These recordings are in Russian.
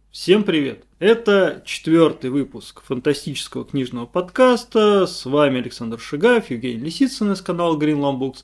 Всем привет! Это 4-й выпуск фантастического книжного подкаста. С вами Александр Шигаев, Евгений Лисицын из канала Greenland Books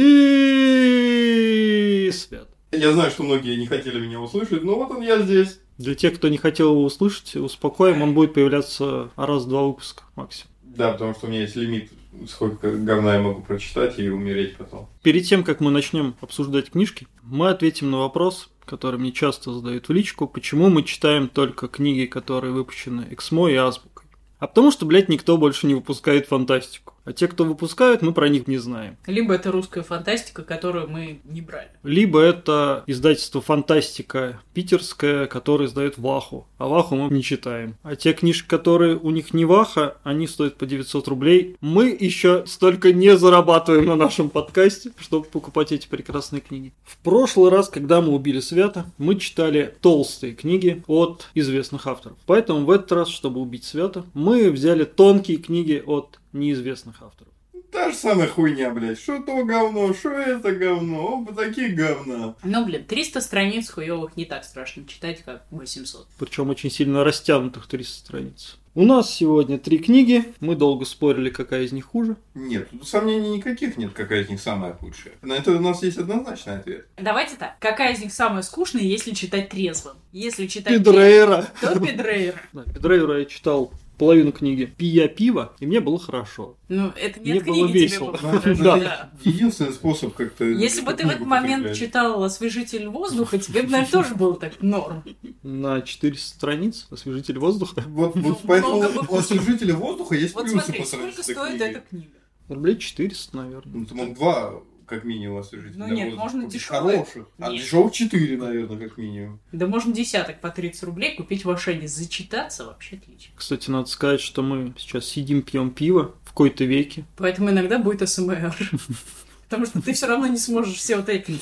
и Свят. Я знаю, что многие не хотели меня услышать, но вот я здесь. Для тех, кто не хотел его услышать, успокоим, он будет появляться раз в 2 выпуска максимум. Да, потому что у меня есть лимит, сколько говна я могу прочитать и умереть потом. Перед тем, как мы начнем обсуждать книжки, мы ответим на вопрос, который мне часто задают в личку, почему мы читаем только книги, которые выпущены Эксмо и Азбукой. А потому что, блядь, никто больше не выпускает фантастику. А те, кто выпускают, мы про них не знаем. Либо это русская фантастика, которую мы не брали. Либо это издательство «Фантастика» питерское, которое издает Ваху. А Ваху мы не читаем. А те книжки, которые у них не Ваха, они стоят по 900 рублей. Мы еще столько не зарабатываем на нашем подкасте, чтобы покупать эти прекрасные книги. В прошлый раз, когда мы убили Свята, мы читали толстые книги от известных авторов. Поэтому в этот раз, чтобы убить Свята, мы взяли тонкие книги от неизвестных авторов. Та же самая хуйня, блядь. Что то говно, что это говно, оба такие говна. Ну, 300 страниц хуёвых не так страшно читать, как 800. Причем очень сильно растянутых 300 страниц. У нас сегодня 3 книги. Мы долго спорили, какая из них хуже. Нет, тут сомнений никаких нет, какая из них самая худшая. На это у нас есть однозначный ответ. Давайте так. Какая из них самая скучная, если читать трезвым? Если читать Педрейра. то Педрейра. Да, Педрейра я читал половину книги «Пия пиво», и мне было хорошо. Ну, это не Мне от книги было тебе весело. было. Да. Единственный способ как-то... Если бы ты в этот момент читал «Освежитель воздуха», тебе бы, наверное, тоже было так норм. На 400 страниц «Освежитель воздуха». Вот много поэтому бы у освежителя воздуха есть Вот плюсы смотри, по сравнению сколько с этой стоит книгой. эта книга? Рублей 400, наверное. Ну, там 2, как минимум, освежителя Ну, нет, воздуха. можно дешевые. Хороших. А Нет. дешевых 4, наверное, как минимум. Да можно десяток по 30 рублей купить в Ашане. Зачитаться вообще отлично. Кстати, надо сказать, что мы сейчас сидим, пьем пиво в кои-то веке. Поэтому иногда будет АСМР. Потому что ты все равно не сможешь все вот эти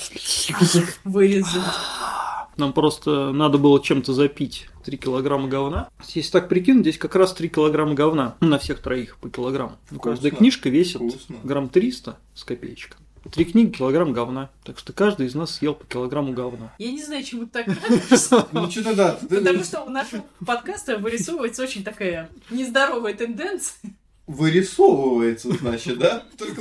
вырезать. Нам просто надо было чем-то запить 3 килограмма говна. Если так прикинуть, здесь как раз 3 килограмма говна. На всех троих по килограмму. Каждая книжка весит Вкусно. грамм 300 с копеечками. 3 книги килограмм говна. Так что каждый из нас съел по килограмму говна. Я не знаю, чему ты так радуешься. Ну, что-то да. Потому что у нашего подкаста вырисовывается очень такая нездоровая тенденция. Вырисовывается, значит, да?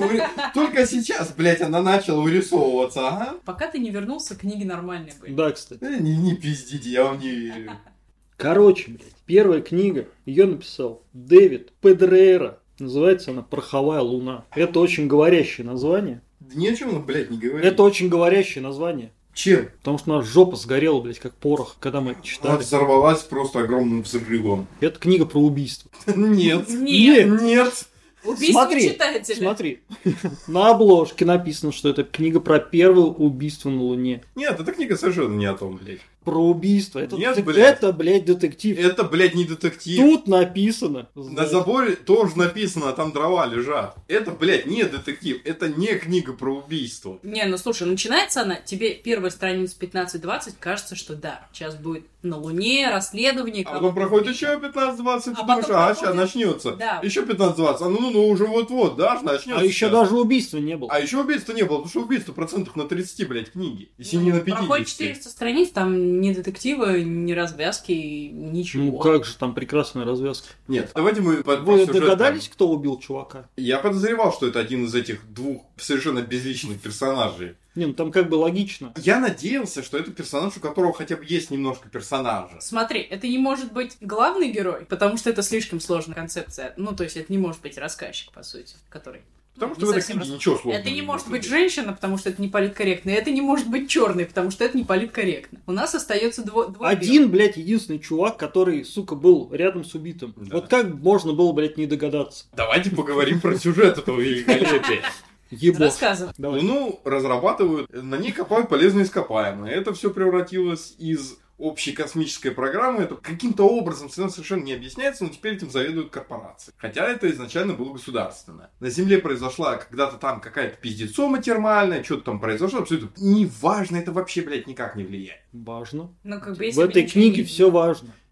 Только сейчас, блядь, она начала вырисовываться, ага. Пока ты не вернулся, книги нормальные были. Да, кстати. Не пиздите, я вам не верю. Короче, блядь, первая книга, ее написал Дэвид Педрейра. Называется она «Пороховая луна». Это очень говорящее название. Да ни о чем, блядь, не говори. Это очень говорящее название. Чем? Потому что у нас жопа сгорела, блядь, как порох, когда мы это Она читали. взорвалась просто огромным взрывом. Это книга про убийство. Нет. Нет. Нет. Убийство читателя. Смотри, на обложке написано, что это книга про первое убийство на Луне. Нет, эта книга совершенно не о том, блядь. Про убийство. Это, Нет, блядь. это, блядь, детектив. Это, блядь, не детектив. Тут написано. На заборе тоже написано, а там дрова лежат. Это, блядь, не детектив. Это не книга про убийство. Не, ну слушай, начинается она, тебе первая страница 15-20, кажется, что да, сейчас будет на Луне расследование. А потом проходит еще 15-20, потом думаешь, сейчас проходит- начнется. Да. Еще 15-20, а ну уже вот-вот, да, аж начнется. А еще сейчас. даже убийства не было. А еще убийства не было, потому что убийство процентов на 30, блядь, книги. Если не на 50. Проходит 400 страниц, там ни детектива, ни развязки, ничего. Ну как же, там прекрасная развязка. Нет, давайте мы по Вы сюжетам. догадались, кто убил чувака? Я подозревал, что это один из этих двух совершенно безличных персонажей. Не, ну там как бы логично. Я надеялся, что это персонаж, у которого хотя бы есть немножко персонажа. Смотри, это не может быть главный герой, потому что это слишком сложная концепция. Ну, то есть это не может быть рассказчик, по сути, который... Потому что не в этой совсем книге ничего сложного. Это не может быть женщина, потому что это не политкорректно. И это не может быть черный, потому что это не политкорректно. У нас остается два Один, блядь, единственный чувак, который, сука, был рядом с убитым. Да. Вот как можно было, блядь, не догадаться? Давайте поговорим про сюжет этого великолепия. Ебать. Рассказывай. Давай. Луну разрабатывают, на ней копают полезные ископаемые. Это все превратилось из общей космической программы. Это каким-то образом совершенно не объясняется, но теперь этим заведуют корпорации. Хотя это изначально было государственное. На Земле произошла когда-то там какая-то пиздецома термальная, что-то там произошло, абсолютно неважно, это вообще, блядь, никак не влияет. Важно. Ну, как бы, В если бы этой ничего книге не- все важно.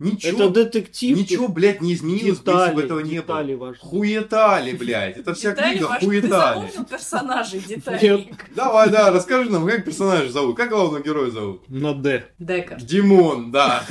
Ничего, Это детектив. ничего, блядь, не изменилось, бы, если бы этого не было. Детали важны. Хуетали, блядь. Это вся Детали книга важны. Ты хуетали. запомнил персонажей, детали? Нет. Давай, да, расскажи нам, как персонажа зовут, как главного героя зовут? На Д. Декарт. Димон, да.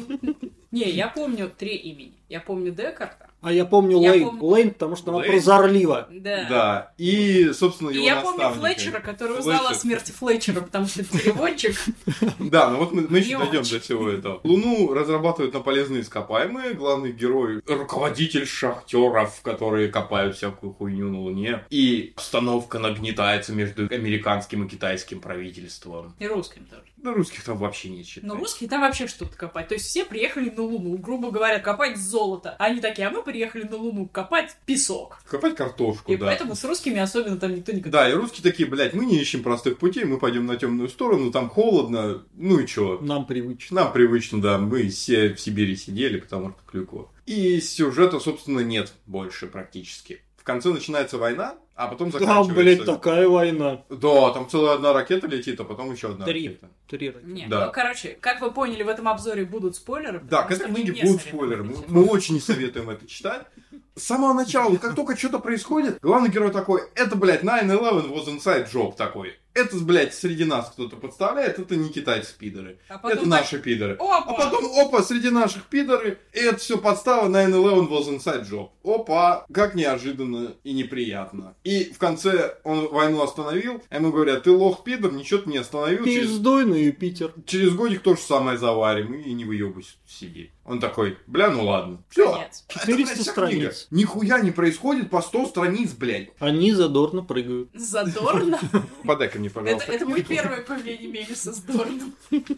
Не, я помню 3 имени. Я помню Декарта. А я помню Я Лейн. помню- Лейн, потому что она Лейн? прозорлива. Да. Да. И, собственно, И его я помню наставника. Флетчера, который узнал о Флетчер. смерти Флетчера, потому что это переводчик. Да, ну вот мы еще Не дойдем очень. до всего этого. Луну разрабатывают на полезные ископаемые. Главный герой — руководитель шахтеров, которые копают всякую хуйню на Луне. И обстановка нагнетается между американским и китайским правительством. И русским тоже. Да русских там вообще не считать. Но русские там вообще что-то копать. То есть все приехали на Луну, грубо говоря, копать золото. А они такие, а мы приехали на Луну копать песок. Копать картошку, И да. поэтому с русскими особенно там никто не копает. Да, и русские такие, блядь, мы не ищем простых путей, мы пойдем на темную сторону, там холодно, ну и чё. Нам привычно. Нам привычно, да, мы все в Сибири сидели, потому что Клюква. И сюжета, собственно, нет больше практически. В конце начинается война, а потом Там, заканчивается... блядь, такая война. Да, там целая одна ракета летит, а потом еще одна 3. ракета. 3 ракеты. Не, Да. ну, короче, как вы поняли, в этом обзоре будут спойлеры. Да, потому к этой что мы книге не будут советуем спойлеры. Мы, читать. мы очень не советуем это читать. С самого начала, вот как только что-то происходит, главный герой такой, это, блядь, 9/11 was inside job такой. Это, блядь, среди нас кто-то подставляет, это не китайцы-пидоры. А потом Это наши пидоры. Опа! А потом, опа, среди наших пидоры, и это все подстава, 9/11 was inside job. Опа, как неожиданно и неприятно. И в конце он войну остановил, а ему говорят, ты лох-пидор, ничего ты не остановил, Пиздой на Юпитер. через годик то же самое заварим, и не выебывайся, сиди. Он такой, бля, ну ладно. Все. Конец. 400 страниц. Нихуя не происходит по 100 страниц, блядь. Они задорно прыгают. Задорно. Подай-ка мне, пожалуйста. Это мой первое появление Мелиса с Дорном.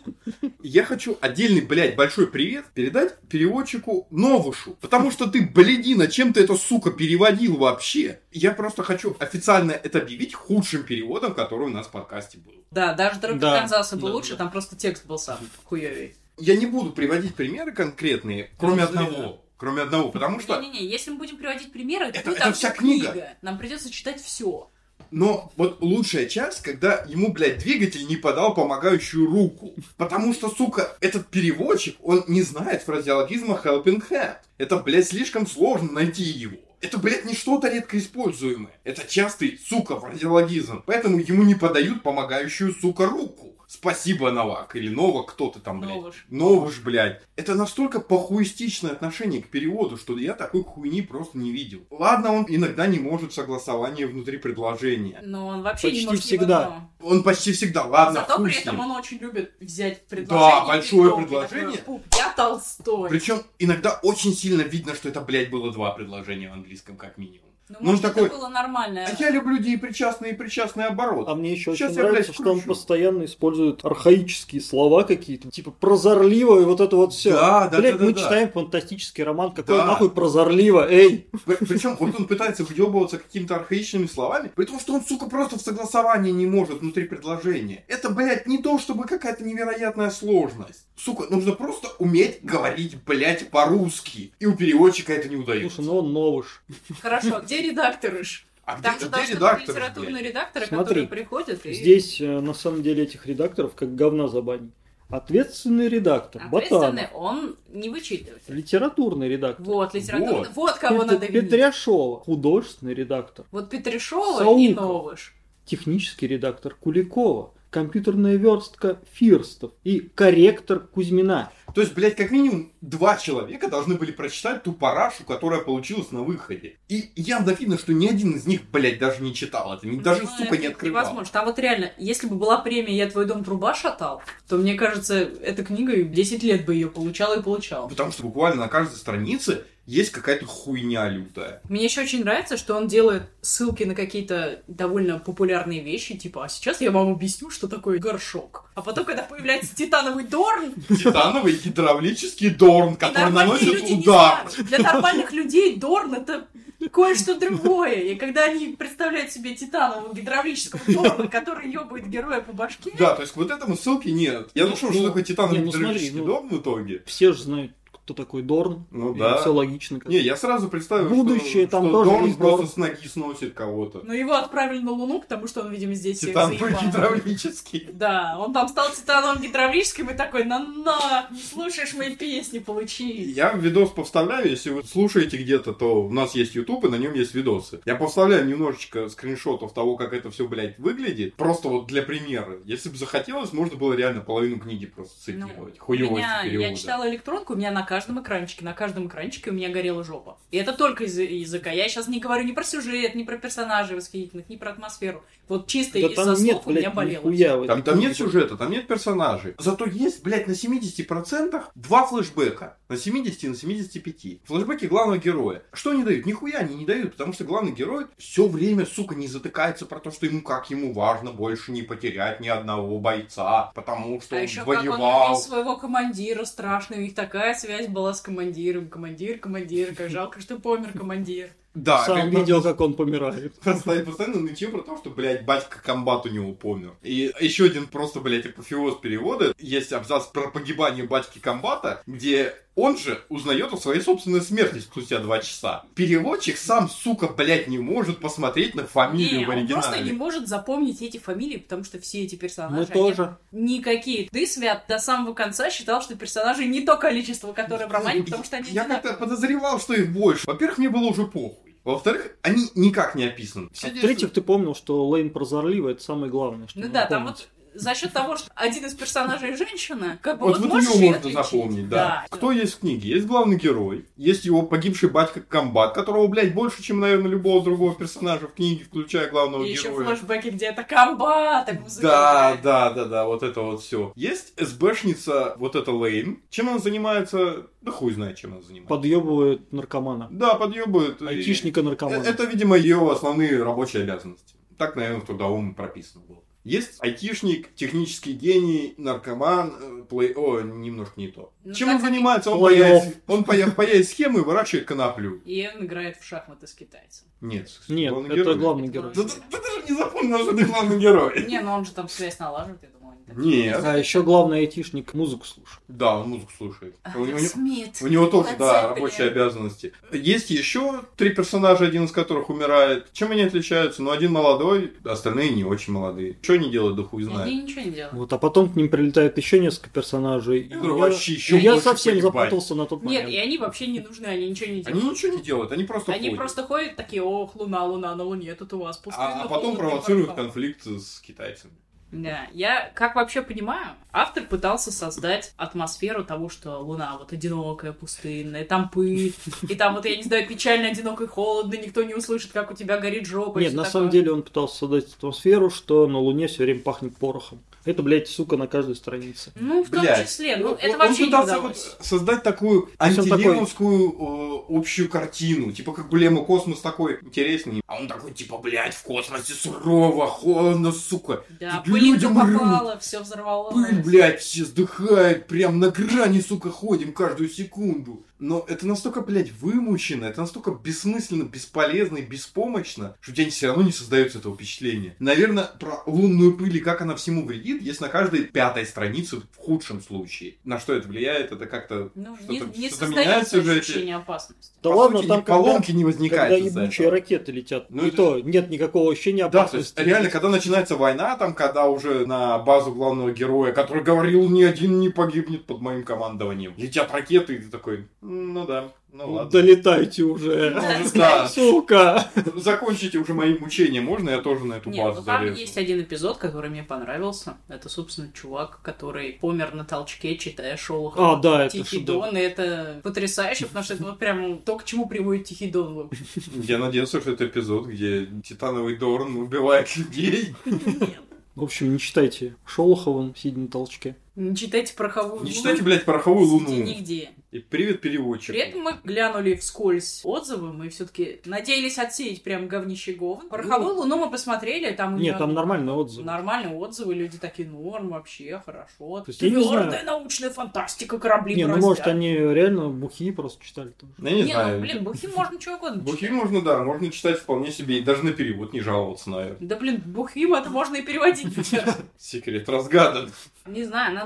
Я хочу отдельный, блядь, большой привет передать переводчику Новушу. Потому что ты, блядина, чем ты это, сука, переводил вообще? Я просто хочу официально это объявить худшим переводом, который у нас в подкасте был. Да, даже дорога Да, Канзаса был да, лучше, да. там просто текст был сам хуёвей. Я не буду приводить примеры конкретные, кроме одного. Кроме одного, потому что... Не-не-не, если мы будем приводить примеры, то Это там вся вся книга. Нам придется читать все. Но вот лучшая часть, когда ему, блядь, двигатель не подал помогающую руку. Потому что, сука, этот переводчик, он не знает фразеологизма helping hand. Это, блядь, слишком сложно найти его. Это, блядь, не что-то редко используемое. Это частый, сука, фразеологизм. Поэтому ему не подают помогающую, сука, руку. Спасибо, Новак. Или Новак, кто ты там, блядь. Новыш. Новыш, блядь. Это настолько похуистичное отношение к переводу, что я такой хуйни просто не видел. Ладно, он иногда не может согласование внутри предложения. Но он вообще Почти не может всегда. ни в одно. Он почти всегда, ладно, Зато хуй при с этом ним. он очень любит взять предложение. Да, большое и предложение. такой, «Пуп, я Толстой. Причем иногда очень сильно видно, что это, блядь, было 2 предложения в английском, как минимум. Ну, он может, такой, это было нормально. А я люблю и причастный оборот. А мне еще Сейчас очень я, нравится, блядь, что он включу. постоянно использует архаические слова какие-то, типа прозорливо и вот это вот все. Да, да, Блядь, да, мы да. читаем фантастический роман, какой Да. нахуй прозорливо, эй! Причем вот он пытается въебываться какими-то архаичными словами, при том, что он, сука, просто в согласовании не может внутри предложения. Это, блядь, не то, чтобы какая-то невероятная сложность. Сука, нужно просто уметь говорить, блядь, по-русски. И у переводчика это не удается. Слушай, ну он новыш. Хорошо, а где редакторы ж? А Там где же должны быть редактор, литературные блядь? редакторы, Смотри, которые приходят и... Здесь, на самом деле, этих редакторов как говна забанить. Ответственный редактор, Ответственный, Ботанов. он не вычитывает. Литературный редактор. Вот, литературный. Вот. Вот кого надо видеть. Петряшова, художественный редактор. Вот Петришова Саулка. и Новыш. Технический редактор Куликова. Компьютерная верстка Фирстов и корректор Кузьмина. То есть, блядь, как минимум 2 человека должны были прочитать ту парашу, которая получилась на выходе. И явно видно, что ни один из них, блядь, даже не читал это. Даже, Ну, сука, это не открывал. невозможно. Там вот реально, если бы была премия «Я твой дом труба шатал», то, мне кажется, эта книга 10 лет бы ее получала и получала. Потому что буквально на каждой странице есть какая-то хуйня лютая. Мне еще очень нравится, что он делает ссылки на какие-то довольно популярные вещи, типа, а сейчас я вам объясню, что такое горшок. А потом, когда появляется титановый дорн, Титановый гидравлический дорн, и который нормальные наносит люди не удар. знают. Для нормальных людей дорн — это кое-что другое. И когда они представляют себе титанового гидравлического дорна, который ёбает героя по башке, Да, то есть к вот этому ссылки нет. Я нашел, что Ну, такое титановый не, ну смотри, гидравлический ну- дорн в итоге. Все же знают, кто такой Дорн. Ну и да. Все логично. Не, я сразу представил, Будущее что, там что тоже Дорн есть просто Дорн. с ноги сносит кого-то. Но его отправили на Луну, потому что он, видимо, здесь всех Титан заебал. гидравлический. Да, он там стал титаном гидравлическим и такой, на, не слушаешь мои песни, получи. Я видос повставляю, если вы слушаете где-то, то у нас есть YouTube, и на нем есть видосы. Я повставляю немножечко скриншотов того, как это все, блядь, выглядит. Просто вот для примера. Если бы захотелось, можно было реально половину книги просто цитировать. Хуёвости перевода. Я читала электронку, у меня на каждом экранчике у меня горела жопа. И это только из-за языка. Я сейчас не говорю ни про сюжет, ни про персонажей восхитительных, ни про атмосферу. Вот чисто Да из-за там нет, слов у меня блядь, болело. нихуя в этой Там нет книге. сюжета, там нет персонажей. Зато есть, блядь, на 70% 2 флешбека. На 70 и на 75. Флешбеки главного героя. Что они дают? Нихуя они не дают, потому что главный герой все время, сука, не затыкается про то, что ему важно больше не потерять ни одного бойца, потому что А он еще как он воевал. любил своего командира страшно, у них такая связь была с командиром. Командир, как жалко, что помер командир. Да, Сам видел, как он помирает. постоянно нытье про то, что, блядь, батька комбат у него помер. И еще один просто, блядь, апофеоз перевода. Есть абзац про погибание батьки комбата, где он же узнает о своей собственной смерти спустя 2 часа. Переводчик сам, сука, блядь, не может посмотреть на фамилию в он просто не оригинале. может запомнить эти фамилии, потому что все эти персонажи... Мы тоже. они никакие. Ты, Свят, до самого конца считал, что персонажей не то количество, которое в романе, потому что они Я одинаковые. как-то подозревал, что их больше. Во-первых, мне было уже похуй. Во-вторых, они никак не описаны. Все В-третьих, ты помнил, что Лейн прозорливая, это самое главное. Что Ну надо да, там помнить. вот за счет того, что один из персонажей женщина, как бы Вот можешь ее её можно отличить. запомнить, да. Кто есть в книге? Есть главный герой, есть его погибший батька комбат, которого, блядь, больше, чем, наверное, любого другого персонажа в книге, включая главного И еще героя. флешбеки, где это комбат, и музыка. Да, вот это вот все. Есть СБшница, вот эта Лейн. Чем она занимается? Да хуй знает, чем она занимается. Подъебывает наркомана. Да, подъебывает. Айтишника-наркомана. Это, видимо, ее основные рабочие обязанности. Так, наверное, в трудовом прописано было. Есть айтишник, технический гений, наркоман, немножко не то. Ну, Чем так он как занимается? Он Плей-офф. паяет схемы и выращивает коноплю. И он играет в шахматы с китайцем. Нет, Нет, главный это герой. главный герой. Да ты даже не запомнил, что ты главный герой. Не, ну он же там связь налаживает, я думаю. они так- Нет. А еще главный айтишник музыку слушает. Да, он музыку слушает. Смит. У него тоже, да, Зацепили. рабочие обязанности. Есть еще 3 персонажа, один из которых умирает. Чем они отличаются? Ну, один молодой, остальные не очень молодые. Что они делают, да хуй знает. Они ничего не делают. Вот, а потом к ним прилетает еще несколько персонажей. И Ну, я- вообще еще и я больше совсем поебать. запутался на тот Нет, момент. и они вообще не нужны, они ничего не Они делают. ничего не делают, они просто Они ходят. просто ходят такие, ох, луна, на луне, тут у вас пустынно. А потом холодно, провоцируют парко». конфликт с китайцами. Да, я, как вообще понимаю, автор пытался создать атмосферу того, что Луна вот одинокая, пустынная, там пыль, и там вот, я не знаю, печально, одиноко и холодно, никто не услышит, как у тебя горит жопа. и Нет, всё на такое. самом деле он пытался создать атмосферу, что на Луне все время пахнет порохом. Это, блядь, сука, на каждой странице. Ну, в том Блядь. числе, ну, Он это вообще не пытался удалось. вот создать такую Причем антиленовскую общую картину. Типа, как бы Лема космос такой интересный. А он такой, типа, блядь, в космосе сурово, холодно, сука. Да, Люди пылинка мрут. попала, все взорвалось. Пыль, блядь, все сдыхает, прям на грани, сука, ходим каждую секунду. Но это настолько, блядь, вымучено, это настолько бессмысленно, бесполезно и беспомощно, что у тебя все равно не создается этого впечатления. Наверное, про лунную пыль и как она всему вредит, есть на каждой 5-й странице в худшем случае. На что это влияет, это как-то Ну, что-то не что-то меняется создается уже. ощущение опасности. Да По ладно, сути, там поломки не когда возникает из-за ебучие этого. ракеты летят. Ну, и это- то нет никакого ощущения Да, то есть опасности. реально, когда начинается война, там, когда уже на базу главного героя, который говорил, ни один не погибнет под моим командованием, летят ракеты, и ты такой, ну да, ну ладно. Долетайте уже. Да, Сука. закончите уже мои мучения, можно я тоже на эту Нет, базу ну там залезу? есть один эпизод, который мне понравился. Это, собственно, чувак, который помер на толчке, читая Шолохова. А, да, это Тихий шедевр. Дон, и это потрясающе, потому что это вот прям то, к чему приводит Тихий Дон. в общем. Я надеялся, что это эпизод, где титановый Дорн убивает людей. Нет. В общем, не читайте Шолохова, сидя на толчке. Не читайте пороховую Не луну. читайте, блядь, пороховую луну. Нигде. И привет переводчику. При этом мы глянули вскользь отзывы, мы все-таки надеялись отсеять прям говнище говн. Пороховую луну мы посмотрели, там у Нет, неё там нормальные отзывы. нормальные отзывы, люди такие, норм, вообще, хорошо. То есть я не знаю. Твердая научная фантастика, корабли Не, ну бороздят. может они реально бухие просто читали тоже. Я не Не, знаю. ну, блин, бухим можно чего угодно Бухим читать. можно, да, можно читать вполне себе, и даже на перевод не жаловаться, наверное. Да, блин, бухим это можно и переводить. Секрет разгадан. Не знаю,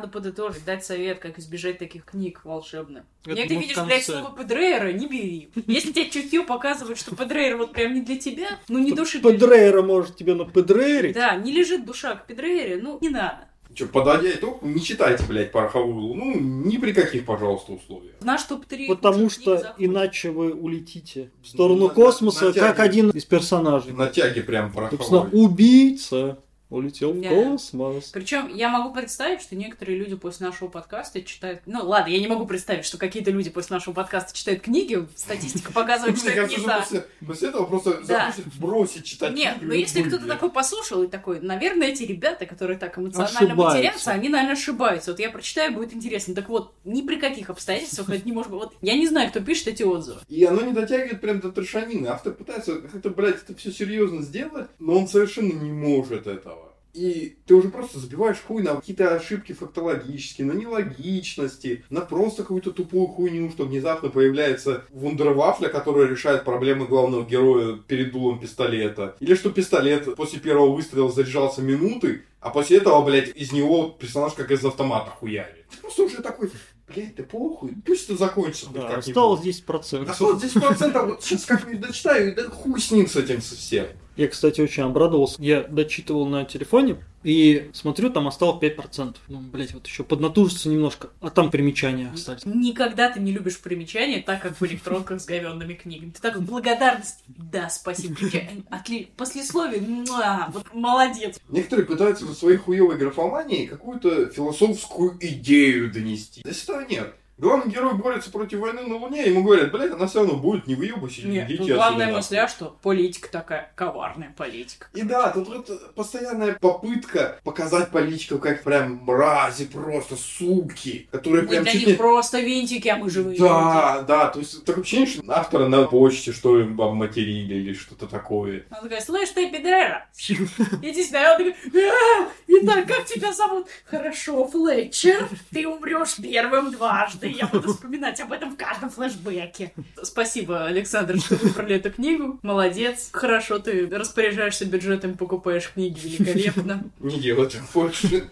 надо подытожить, дать совет, как избежать таких книг волшебных. Это Если ты мы в видишь, конце. блядь, слово Педрейра, не бери. Если тебе чутье показывает, что Педрейра вот прям не для тебя, ну не души. Педрейра может тебе на Педрейре. Да, не лежит душа к Педрейре, ну не надо. Че, подводя итог, не читайте, блядь, «Пороховую луну» ни при каких, пожалуйста, условиях. Наш топ-3. Потому что иначе вы улетите в сторону космоса, как один из персонажей. На тяге прям Собственно, пороховой. убийца улетел в Да. космос. Причем я могу представить, что некоторые люди после нашего подкаста читают... Ну ладно, я не могу представить, что какие-то люди после нашего подкаста читают книги. Статистика показывает, что Мне это кажется, не что так. после этого просто Да. захочет бросить читать Нет, книги но и если будет, кто-то блядь. такой послушал и такой, наверное, эти ребята, которые так эмоционально Ошибаются. матерятся, они, наверное, ошибаются. Вот я прочитаю, будет интересно. Так вот, ни при каких обстоятельствах это не может быть. Вот я не знаю, кто пишет эти отзывы. И оно не дотягивает прям до трешанины. Автор пытается как-то, блядь, это все серьезно сделать, но он совершенно не может этого. И ты уже просто забиваешь хуй на какие-то ошибки фактологические, на нелогичности, на просто какую-то тупую хуйню, что внезапно появляется вундервафля, которая решает проблемы главного героя перед дулом пистолета. Или что пистолет после первого выстрела заряжался минуты, а после этого, блядь, из него персонаж как из автомата хуярит. Ты просто уже такой, блядь, да похуй, пусть это закончится. хоть Да, как-нибудь. осталось 10%. Осталось 10%, вот сейчас как-нибудь дочитаю, и да хуй с ним, с этим совсем. Я, кстати, очень обрадовался. Я дочитывал на телефоне и смотрю, там осталось 5%. Ну, блять, вот еще поднатужиться немножко. А там примечания остались. Никогда ты не любишь примечания, так как в электронках с говёнными книгами. Ты так благодарность. Да, спасибо. Послесловие. Вот молодец. Некоторые пытаются за своей хуевой графоманией какую-то философскую идею донести. Здесь этого нет. Главный герой борется против войны на Луне, ему говорят, блядь, она все равно будет, не выебайся, Нет, идите тут отсюда, главная нахуй». мысль, что политика такая, коварная политика. И да, тут вот постоянная попытка показать политиков как прям мрази, просто суки, которые Мы прям для чуть них не... просто винтики, а мы живые Да, да, то есть такое ощущение, что автора на почте, что им обматерили или что-то такое. люди. Она такая, слышь, ты, Педрейра, иди сюда. И он такой, итак, как тебя зовут? Хорошо, Флетчер, ты умрешь первым дважды. Я буду вспоминать об этом в каждом флешбеке. Спасибо, Александр, что выбрали эту книгу. Молодец. Хорошо, ты распоряжаешься бюджетом, покупаешь книги. Великолепно. Не делай так больше.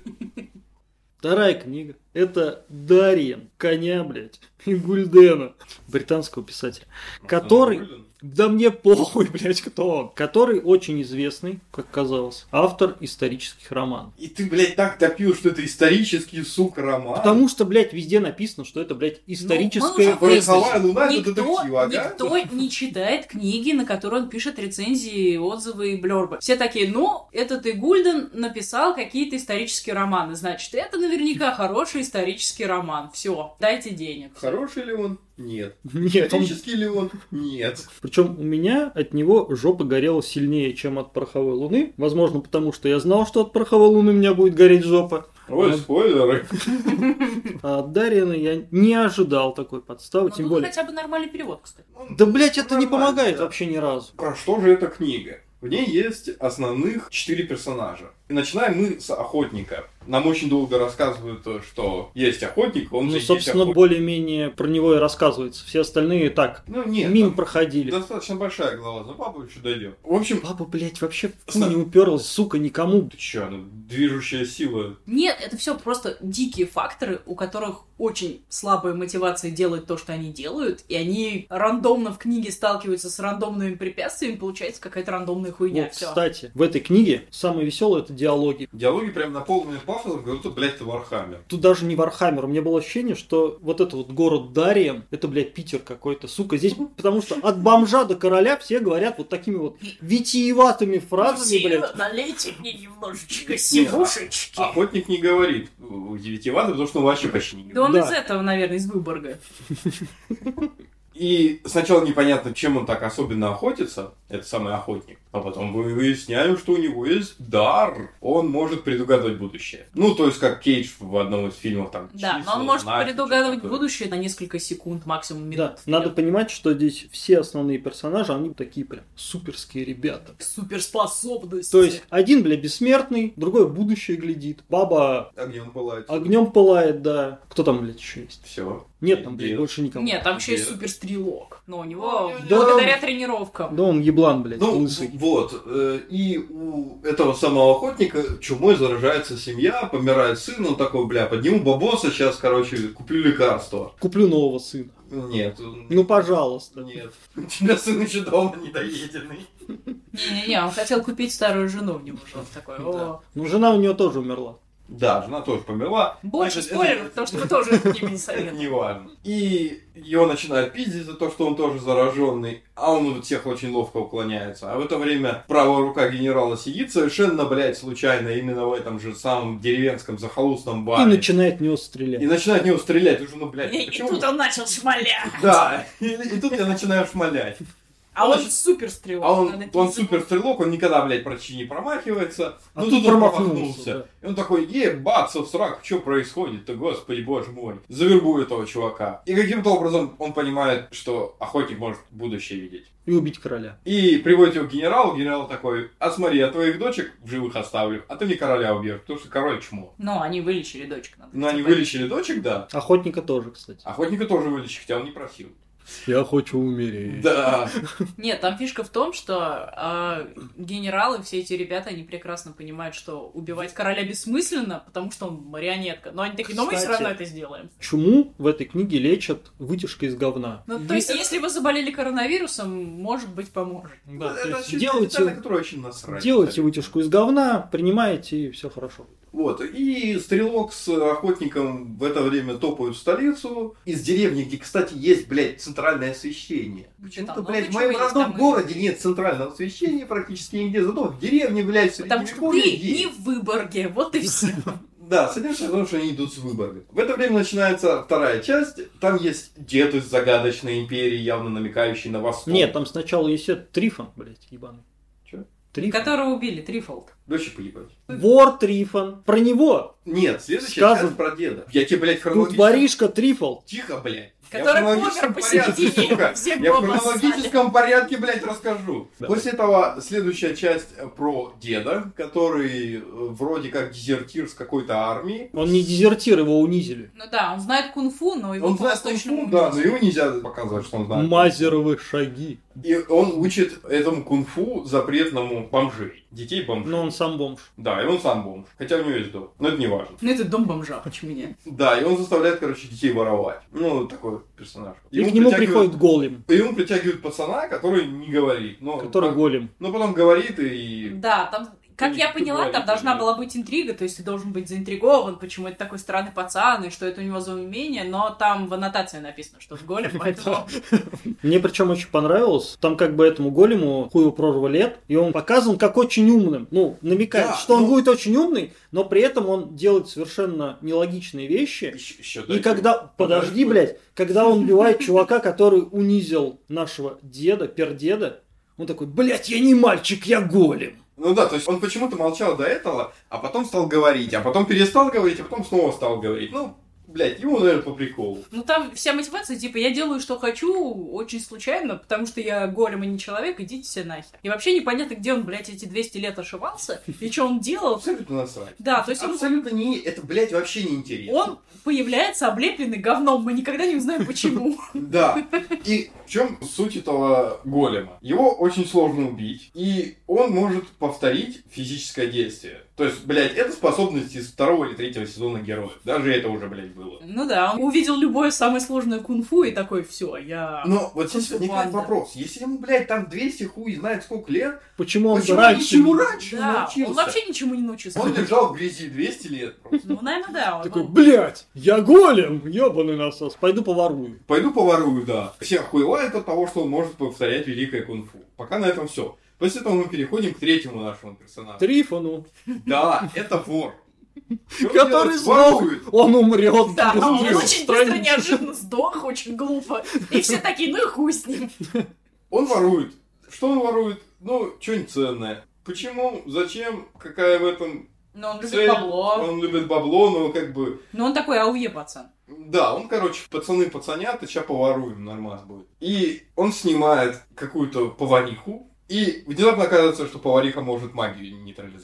Вторая книга. Это Дарьен, коня, блядь, и Гульдена, британского писателя, который... Да мне похуй, блядь, кто он. Который очень известный, как казалось, автор исторических романов. И ты, блядь, так топил, что это исторический, сука, роман. Потому что, блядь, везде написано, что это, блядь, историческая... мы уже «Пороховая луна» это Никто, детектив, ага. никто не читает книги, на которые он пишет рецензии, отзывы и блёрбы. Все такие, ну, этот Игульден написал какие-то исторические романы, значит, это наверняка хороший исторический роман. Все, дайте денег. Хороший ли он? Нет. Нет, он... Исторический ли он? Нет. Причем у меня от него жопа горела сильнее, чем от пороховой луны. Возможно, потому что я знал, что от пороховой луны у меня будет гореть жопа. Ой, спойлеры. А от Дарьяна я не ожидал такой подставы, Ну, тем тут более... хотя бы нормальный перевод, кстати. Да, блядь, это не Нормально, помогает да. вообще ни разу. Про что же эта книга? В ней есть основных 4 персонажа. И начинаем мы с охотника. Нам очень долго рассказывают, что есть охотник, он же Ну, есть собственно, охотник. более-менее про него и рассказывается. Все остальные так, Ну, нет, мимо там проходили. достаточно большая глава, за папу еще дойдем. В общем, Баба, блядь, вообще в хуй не уперлась, сука, никому. ты чё, ну, движущая сила. Нет, это все просто дикие факторы, у которых очень слабая мотивация делать то, что они делают, и они рандомно в книге сталкиваются с рандомными препятствиями, получается какая-то рандомная хуйня. Вот, Всё. кстати, в этой книге самое веселое это диалоги. Диалоги прям наполнены пафосом, как будто, блядь, это Вархаммер. Тут даже не Вархаммер. У меня было ощущение, что вот этот вот город Дариен, это, блядь, Питер какой-то, сука. Здесь, потому что от бомжа до короля все говорят вот такими вот витиеватыми фразами, блядь. Налейте мне немножечко сивушечки. Охотник не говорит витиевато, потому что он вообще почти не говорит. Да он Да. из этого, наверное, из Выборга. И сначала непонятно, чем он так особенно охотится, этот самый охотник. А потом мы выясняем, что у него есть дар. Он может предугадывать будущее. Ну, то есть, как Кейдж в одном из фильмов там. Да, числа, но он может знаки, предугадывать что-то такое. будущее на несколько секунд, максимум минут. Да, надо понимать, что здесь все основные персонажи, они такие прям суперские ребята. Суперспособности. То есть, один, бля, бессмертный, другой в будущее глядит. Баба Огнем пылает. огнем пылает, да. Кто там, блядь, еще есть? Все. Нет там, блядь, больше никого. Нет, там еще есть Нет. суперстрелок. Но у него, Да. благодаря тренировкам. Да, он еблан, блядь, Ну, лысый. вот. И у этого самого охотника чумой заражается семья, помирает сын, он такой, бля, подниму бабоса, сейчас, короче, куплю лекарство. Куплю нового сына. Нет. Ну, пожалуйста. Нет. У тебя сын еще дома недоеденный. Не-не-не, он хотел купить старую жену в него уже. Он такой, о. Ну, жена у нее тоже умерла. Да, жена тоже померла. Больше Значит, спойлеров, потому что мы тоже это не советуем. Неважно. И его начинают пиздить за то, что он тоже зараженный, а он от всех очень ловко уклоняется. А в это время правая рука генерала сидит совершенно, блядь, случайно именно в этом же самом деревенском захолустном И баре. начинает в него стрелять. И начинает в него стрелять. Уже, ну, блядь, И почему? тут он начал шмалять. Да, и тут я начинаю шмалять. А он супер стрелок. А он супер стрелок, он никогда, блядь, почти не промахивается. А Ну тут тут он промахнулся, промахнулся. да. И он такой, ебаться в срак, что происходит-то, господи, боже мой. Завербую этого чувака. И каким-то образом он понимает, что охотник может будущее видеть. И убить короля. И приводит его к генералу, генерал такой, а смотри, я твоих дочек в живых оставлю, а ты мне короля убьешь, потому что король чмо. Ну, они вылечили дочек. Ну, они вылечили дочек, да. Охотника тоже, кстати. Охотника тоже вылечили, хотя он не просил. Я хочу умереть. Да. Нет, там фишка в том, что генералы, все эти ребята, они прекрасно понимают, что убивать короля бессмысленно, потому что он марионетка. Но они такие, но мы все Кстати, равно это сделаем. Чуму в этой книге лечат вытяжкой из говна. Ну, то есть, если вы заболели коронавирусом, может быть, поможет. Да, то Это есть очевидно деталь, на которую очень насрать. делайте вытяжку из говна, принимаете, и все хорошо. Вот, и стрелок с охотником в это время топают в столицу. Из деревни, где, кстати, есть, блядь, центральное освещение. Почему-то, там блядь, в много моем чего есть, родном там и- городе нет центрального освещения практически нигде. Зато в деревне, блядь, в Потому что Средневековье ты не есть. в Выборге, вот и все. Да, с этим потому что они идут с выборами. В это время начинается вторая часть. Там есть дед из загадочной империи, явно намекающий на восток. Нет, там сначала есть этот Трифон, блядь, ебаный. Чё? Трифон. Которого убили, Трифолд. Дочь поебать. Вор Трифон. Про него. Нет, следующая Сказано. часть про деда. Я тебе, блядь, Тут хронологически... воришка Трифолд. Тихо, блядь. Который Я в хронологическом помер порядке, посередине, сука. всех Я в обоссали. хронологическом порядке, блядь, расскажу. Давай. После этого следующая часть про деда, который вроде как дезертир с какой-то армии. Он не дезертир, его унизили. Ну да, он знает кунг-фу, но его Он по знает восточному кунг-фу, да, но убили. его нельзя показывать, что он знает. Мазеровы шаги. И он учит этому кунг-фу запретному бомжей. Детей бомжей. Но он сам бомж. Да, и он сам бомж. Хотя у него есть дом. Но это не важно. Ну это дом бомжа, почему нет? Да, и он заставляет, короче, детей воровать. Ну, такой персонаж. И к нему притягивают- приходит голем, И ему притягивают пацана, который не говорит. Но, который голем. но потом говорит и... Да, там, как я Ты поняла, говоришь, там должна да. была быть интрига, то есть ты должен быть заинтригован, почему это такой странный пацан, и что это у него за умение, но там в аннотации написано, что с голем, поэтому... Мне причем очень понравилось, там как бы этому голему хую прорва лет, и он показан как очень умным. Ну, намекает, Да, что он ну- будет очень умный, но при этом он делает совершенно нелогичные вещи. Еще И когда, подожди, блядь, когда он убивает чувака, который унизил нашего деда, пердеда, он такой, блядь, я не мальчик, я голем. Ну да, то есть он почему-то молчал до этого, а потом стал говорить, а потом перестал говорить, а потом снова стал говорить. Ну, блядь, ему, наверное, по приколу. Ну там вся мотивация, типа, я делаю, что хочу, очень случайно, потому что я голем, а не человек, идите все нахер. И вообще непонятно, где он, блядь, эти 200 лет ошивался, и что он делал. Абсолютно насрать. Да, то есть он Абсолютно не... Это, блядь, вообще не интересно. Он появляется облепленный говном, мы никогда не узнаем почему. Да. И в чем суть этого голема? Его очень сложно убить, и он может повторить физическое действие. То есть, блядь, это способность из 2 или 3 сезона Героев. Даже это уже, блядь, было. Ну да, он увидел любое самое сложное кунг-фу и такой, все, я... Но вот здесь возникает Ладно. вопрос. Если ему, блядь, там 200 хуй знает сколько лет, Почему он почему раньше... ничему раньше не Да, научился? он вообще ничему не научился. Он лежал в грязи 200 лет просто. Ну, наверное, да. Он Такой, был- блядь, я голем, ебаный насос, пойду поворую. Пойду поворую, да. Все охуевают от того, что он может повторять великое кунг-фу. Пока на этом все. После этого мы переходим к третьему нашему персонажу. Трифону, Да, это вор. Что он который делает? сдох, Ворует. он умрет. Да, он Через очень быстро, страницу. неожиданно сдох, очень глупо. И все такие, ну и хуй с ним. Он ворует. Что он ворует? Ну, что-нибудь ценное. Почему? Зачем? Какая в этом Но он любит цель? бабло. Он любит бабло, но как бы... Ну он такой ауе пацан. Да, он, короче, пацаны пацанят, и сейчас поворуем, нормально будет. И он снимает какую-то повариху, и внезапно оказывается, что повариха может магию нейтрализовать.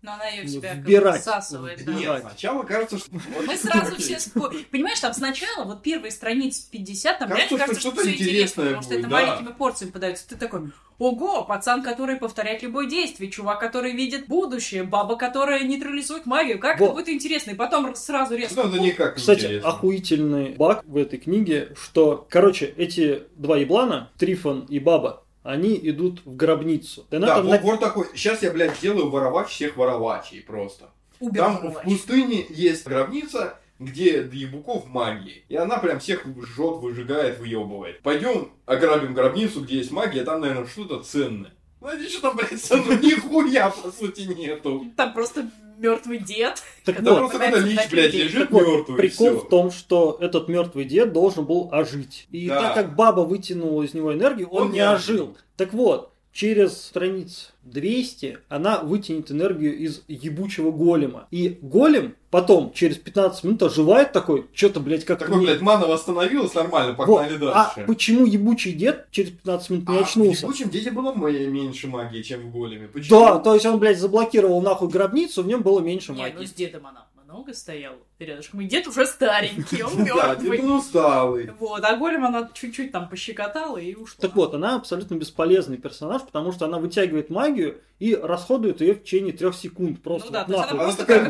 Но она ее в себя вбирать. всасывает, да. Нет, сначала кажется, что... Мы сразу все понимаешь, там сначала, вот первые страницы 50, там Кажется, реально кажется, что что что-то все интересно, интересное потому что это будет, да. маленькими порциями подается. Ты такой, ого, пацан, который повторяет любое действие, чувак, который видит будущее, баба, которая нейтрализует магию. Как это будет интересно? И потом сразу резко... Ну, это никак не Кстати, интересно. охуительный баг в этой книге, что, короче, эти два еблана, Трифон и Баба, они идут в гробницу. И она Да, там вот такой. Сейчас я, блядь, делаю воровач всех воровачей просто. Там в Убер-воровач. пустыне есть гробница, где Ебуков магии. И она прям всех жжет, выжигает, выебывает. Пойдем ограбим гробницу, где есть магия, там, наверное, что-то ценное. Знаете, что там, блядь, ценного? Нихуя, по сути, нету. Там просто мертвый дед. Так Там вот, просто какой-то лич, блядь, лежит так вот, мертвый. прикол в том, что этот мертвый дед должен был ожить. И Да. так как баба вытянула из него энергию, он не ожил. Так вот, через страниц 200 она вытянет энергию из ебучего голема. И голем потом, через 15 минут, оживает такой, что-то, блядь, как Такой, блядь, мана восстановилась, нормально, погнали Вот. дальше. А почему ебучий дед через 15 минут не В очнулся? ебучем деде было меньше магии, чем в големе. Почему? Да, то есть он, блядь, заблокировал нахуй гробницу, в нем было меньше Не, магии. ну с дедом она много стояла рядышком. И дед уже старенький, он Да, дед мертвый. был усталый. Вот, а голем она чуть-чуть там пощекотала и ушла. Так вот, она абсолютно бесполезный персонаж, потому что она вытягивает магию и расходует ее в течение 3 секунд. Просто Ну да, вот то есть нахуй. она Она просто такая,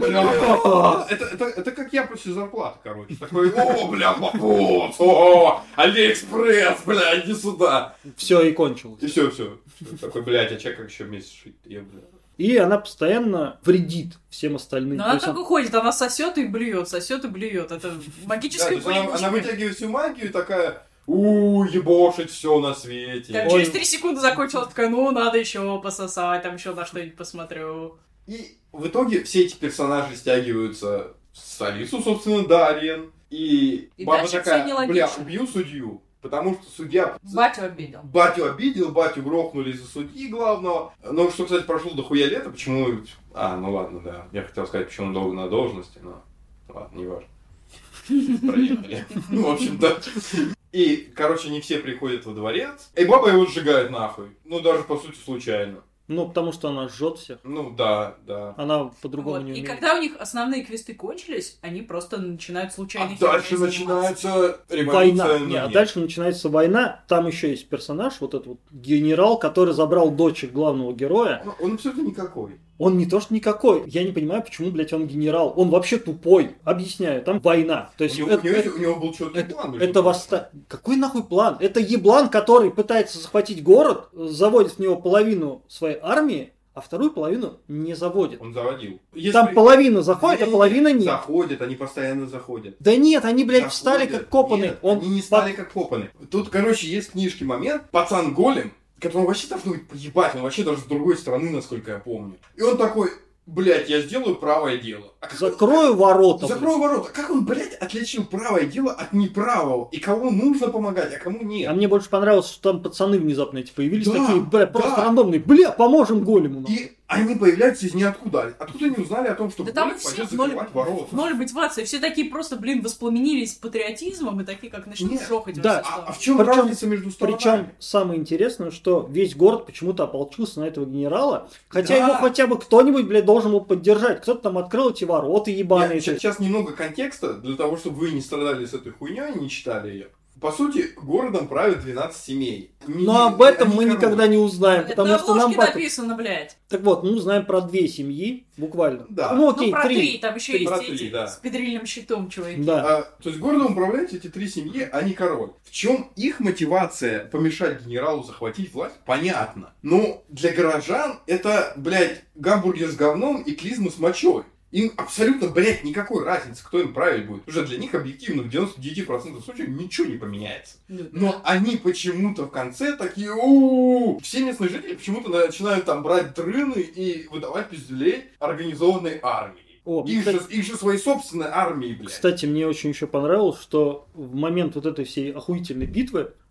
как бля, это как я после зарплаты, короче. Такой, о, бля, попот, о, Алиэкспресс, бля, иди сюда. Все, и кончилось. И все. Такой, блядь, а чек как еще месяц шить? Я, бля. И она постоянно вредит всем остальным. Но То она есть так уходит, она сосет и блюет, сосет и блюет. Это Да, то магическая есть она пыльничка. вытягивает всю магию и такая, ебошить все на свете. Там через 3 секунды закончилась, такая, ну, надо еще пососать, там еще на что-нибудь посмотрю. И в итоге все эти персонажи стягиваются в столицу, собственно, Дарьен. И баба дальше всё такая, нелогично. бля, убью судью. Потому что судья... Батю обидел. Батю обидел, батю грохнули из-за судьи главного. Ну, что, кстати, прошло дохуя лета, почему... А, ну ладно, да. Я хотел сказать, почему он долго на должности, но... Ладно, не важно. Проехали. Ну, в общем-то. И, короче, не все приходят во дворец. И баба его сжигает нахуй. Ну, даже, по сути, случайно. Ну, потому что она жжет всех. Ну, да. Она по-другому Вот. не И умеет. когда у них основные квесты кончились, они просто начинают случайно... А дальше начинается революция. Война. но Не, а нет. дальше начинается война. Там еще есть персонаж, вот этот вот генерал, который забрал дочек главного героя. Он абсолютно никакой. Он не то что никакой. Я не понимаю, почему, блядь, он генерал. Он вообще тупой. Объясняю, там война. То есть У него был четкий план. это Какой нахуй план? Это еблан, который пытается захватить город, заводит в него половину своей армии, а вторую половину не заводит. Он заводил. Там половина заходит, а половина нет. Заходят, они постоянно заходят. Да нет, они, блядь, Заходят. встали как копанные. Нет, они не стали как копаны. Тут, короче, есть в книжке момент. Пацан голем, которому вообще должно быть поебать. Он вообще даже с другой стороны, насколько я помню. И он такой, блядь, я сделаю правое дело. А как Закрою ворота. Закрою ворота. Как он, блядь, отличил правое дело от неправого? И кому нужно помогать, а кому нет? А мне больше понравилось, что там пацаны внезапно эти появились, Да, такие, бля, просто да. рандомные. Бля, поможем голему. нахуй. И они появляются из ниоткуда. Откуда они узнали о том, что Да там голем все пойдет в ноль, закрывать ворота? ноль мотивации. Все такие просто, воспламенились патриотизмом и такие, как начнут Нет, жохать. да. во все А в чем Причем- разница между сторонами? Причем самое интересное, что весь город почему-то ополчился на этого генерала, хотя Да. его хотя бы кто-нибудь, блядь, должен был поддержать. Кто-то там открыл эти ворота ебаные. Сейчас немного контекста, для того, чтобы вы не страдали с этой хуйней и не читали ее. По сути, городом правят 12 семей. Но об этом мы никогда не узнаем, Это потому на что нам обложке потом... написано, блядь. Так вот, мы узнаем про 2 семьи, буквально. Да. Ну окей, про 3. 3, там еще Про есть три, эти да. с педрильным щитом, чуваки. Да. То есть городом управляют эти 3 семьи, а не король. В чем их мотивация помешать генералу захватить власть? Понятно. Но для горожан это, блядь, гамбургер с говном и клизма с мочой. Им абсолютно, блядь, никакой разницы, кто им править будет. Уже для них объективно в 99% случаев ничего не поменяется. Но они почему-то в конце такие, все местные жители почему-то начинают там брать дрыны и выдавать пиздюлей организованной армии. О, Их же своей собственной армии, блядь. Кстати, мне очень еще понравилось, что в момент вот этой всей охуительной битвы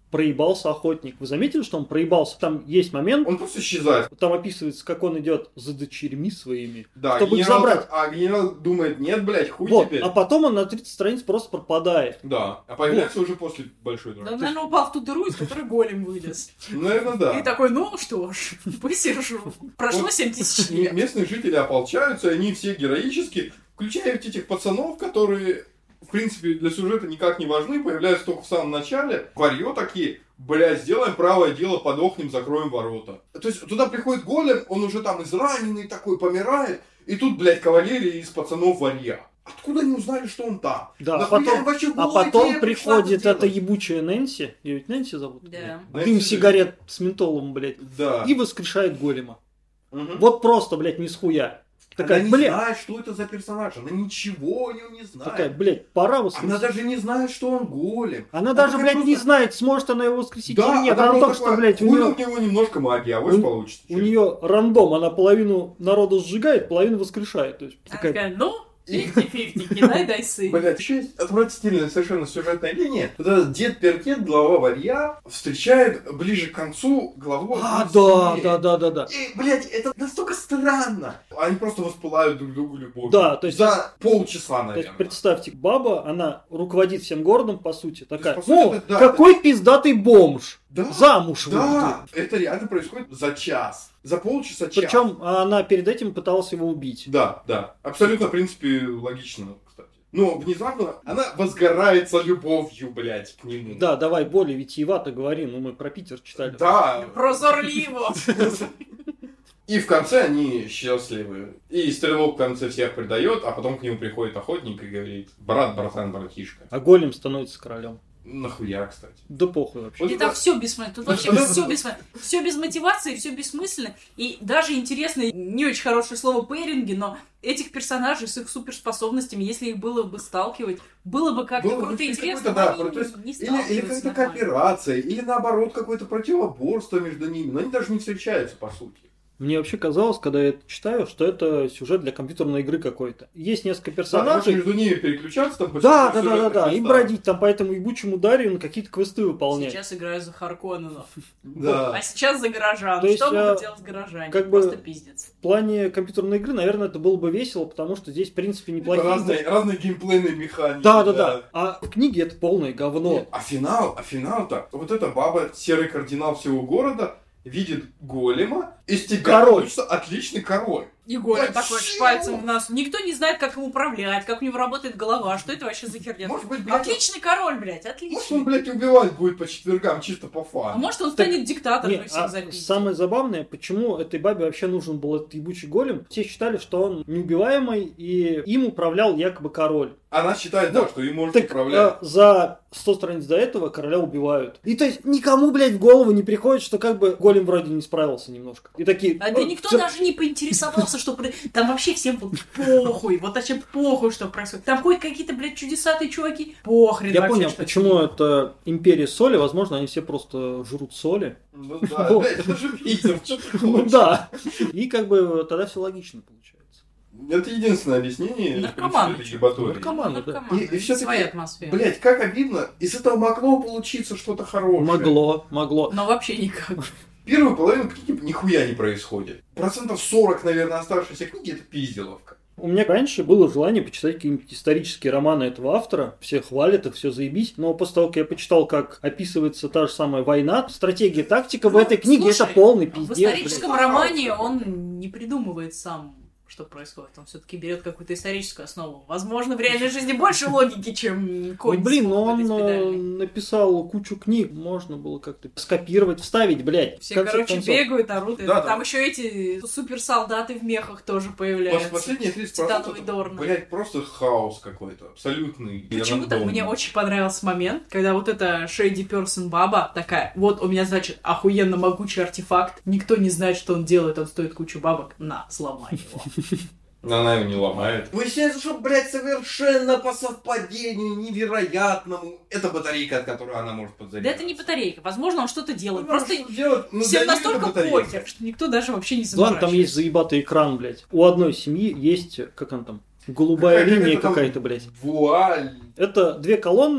проебался охотник. Вы заметили, что он проебался? Там есть момент, Он просто исчезает. там описывается, как он идет за дочерьми своими, Да, чтобы их генерал, забрать. а генерал думает, нет, блядь, хуй Вот, теперь. а потом он на 30 страниц просто пропадает. Да, а появляется уже после большой Да, драки. наверное, упал в ту дыру, из которой голем вылез. Наверное, да. И такой, ну что ж, посижу. Прошло Вот 7000 лет. Местные жители ополчаются, и они все героически, включая этих пацанов, которые, в принципе, для сюжета никак не важны, появляются только в самом начале. Варьё такие, блядь, сделаем правое дело, подохнем, закроем ворота. То есть туда приходит голем, он уже там израненный такой, помирает, и тут, блядь, кавалерия из пацанов варья. Откуда они узнали, что он там? Да, Нахуя им вообще в а голову потом идея пришла приходит это эта делать? ебучая Нэнси, ее ведь Нэнси зовут? Да. Дым сигарет с ментолом, блядь, Да. и воскрешает голема. Мгм. Вот просто, блядь, не с хуя. Такая, Она не блядь, знает, что это за персонаж. Она ничего о нем не знает. такая, блядь, пора Она воскресить. даже не знает, что он голем. Она даже, такая блядь, не просто- знает, сможет она его воскресить Да, или нет. она Она просто только что, такая, блядь, у хуй нее... в него немножко магии, а вот получится. У нее рандом, она половину народа сжигает, половину воскрешает. То есть, Она такая, такая, ну, 50-50, кидай дайсы. Блядь, еще есть отвратительная совершенно сюжетная линия. Вот этот дед Перкет, глава варья, встречает ближе к концу главу да, 11 да. И, блядь, это настолько странно. Они просто воспылают друг другу любовью. Да, то есть- За полчаса, То есть, наверное. представьте, баба, она руководит всем городом, по сути, такая, по сути, о, это да, какой пиздатый бомж, Да, замуж выйдет. да, это реально происходит за час. За полчаса, час. Причем она перед этим пыталась его убить. Да, да. Абсолютно, в принципе, логично, кстати. Но внезапно она возгорается любовью, блядь, к нему. Да, давай более витиевато говори, ну мы про Питер читали. Да. Прозорливо. И в конце они счастливы. И стрелок в конце всех предает, а потом к нему приходит охотник и говорит: брат, братан, братишка. А голем становится королем. Нахуя, кстати. Да похуй вообще. Вот И это- там все бессмысленно. Тут вообще все бессмысленно. Все без мотивации, все бессмысленно. И даже интересно, не очень хорошее слово пейринги, но этих персонажей с их суперспособностями, если их было бы сталкивать, было бы как-то Было бы круто и какой-то, интересно, да, но они то есть не или сталкиваются какая-то нормально. кооперация, или наоборот какое-то противоборство между ними. Но они даже не встречаются, по сути. Мне вообще казалось, когда я это читаю, что это сюжет для компьютерной игры какой-то. Есть несколько Да, персонажей. между ними переключаться там. Да, почему-то да, сюжетных и местах. бродить там по этому ебучему Дарью на какие-то квесты выполнять. Сейчас играю за Харконненов. Да. А сейчас за горожан. То есть, Что могут делать горожане? как бы- Просто пиздец. В плане компьютерной игры, наверное, это было бы весело, потому что здесь, в принципе, неплохие... Разные геймплейные механики. Да. А в книге это полное говно. Нет, а финал-то, вот эта баба, серый кардинал всего города, видит голема, из тебя Король. получится отличный король. И Голя Почему? такой с пальцем в нас. Никто не знает, как им управлять, как у него работает голова. Что это вообще за херня? Может быть, блядь, Отличный король, блядь, может отличный. он, блядь, убивать будет по четвергам чисто по А фану. может он Так, станет диктатором Не, и всех а запиздит. самое забавное, почему этой бабе вообще нужен был этот ебучий голем? Все считали, что он неубиваемый, и им управлял якобы король. Она считает, да, Вот. что им может Так управлять. за 100 страниц до этого короля убивают. И то есть никому, блядь, в голову не приходит, что как бы голем вроде не справился немножко. И такие... А да никто «Всё». даже не поинтересовался, что... Там вообще всем вот похуй. Вот вообще похуй, что происходит. Там ходят какие-то, блядь, чудесатые чуваки. Похрен Я вообще, понял, что почему это. это империя соли. Возможно, они все просто жрут соли. Ну да, Вот. блядь, это же Питер, что ты Ну хочешь? да. И как бы тогда все логично получается. Это единственное объяснение, в Наркоманы. принципе, этой ебатории. Наркоманы, да. Наркоманы. И всё-таки, Своя атмосфера. Блять, как обидно, из этого могло получиться что-то хорошее. Могло. Но вообще никак. Первую половину книги нихуя не происходит. 40%, наверное, оставшейся книги это пизделовка. У меня раньше было желание почитать какие-нибудь исторические романы этого автора. Все хвалят их, все заебись. Но после того, как я почитал, как описывается та же самая война, стратегия, тактика в этой книге, Слушай, это полный В пиздец. историческом блядь. романе он не придумывает сам, что происходит. Он все-таки берет какую-то историческую основу. Возможно, в реальной жизни больше логики, чем Ну, конь. блин, смог он выдать педальный. написал кучу книг, можно было как-то скопировать, вставить, блядь. Все, в конце короче, концов. бегают, орут. Да, Там да. еще эти суперсолдаты в мехах тоже появляются. Последние 30% Титановый Дорн. блять, просто хаос какой-то. Абсолютный. и Почему-то рандомный. мне очень понравился момент, когда вот эта Shady Person баба такая, вот у меня, значит, охуенно могучий артефакт, никто не знает, что он делает, он стоит кучу бабок, на, сломай его. Но она его не ломает. Выясняется, что, блядь, совершенно по совпадению невероятному. Это батарейка, от которой она может Да подзарядиться. это не батарейка, возможно, он что-то делает, Ну, просто что делать? Ну, всем для неё настолько это батарейка. похер, что никто даже вообще не Ладно, заморачивается. там есть заебатый экран, блядь. У одной семьи есть, как он там, голубая Какая-то линия там какая-то, блядь. Вуаль. Это две колонны,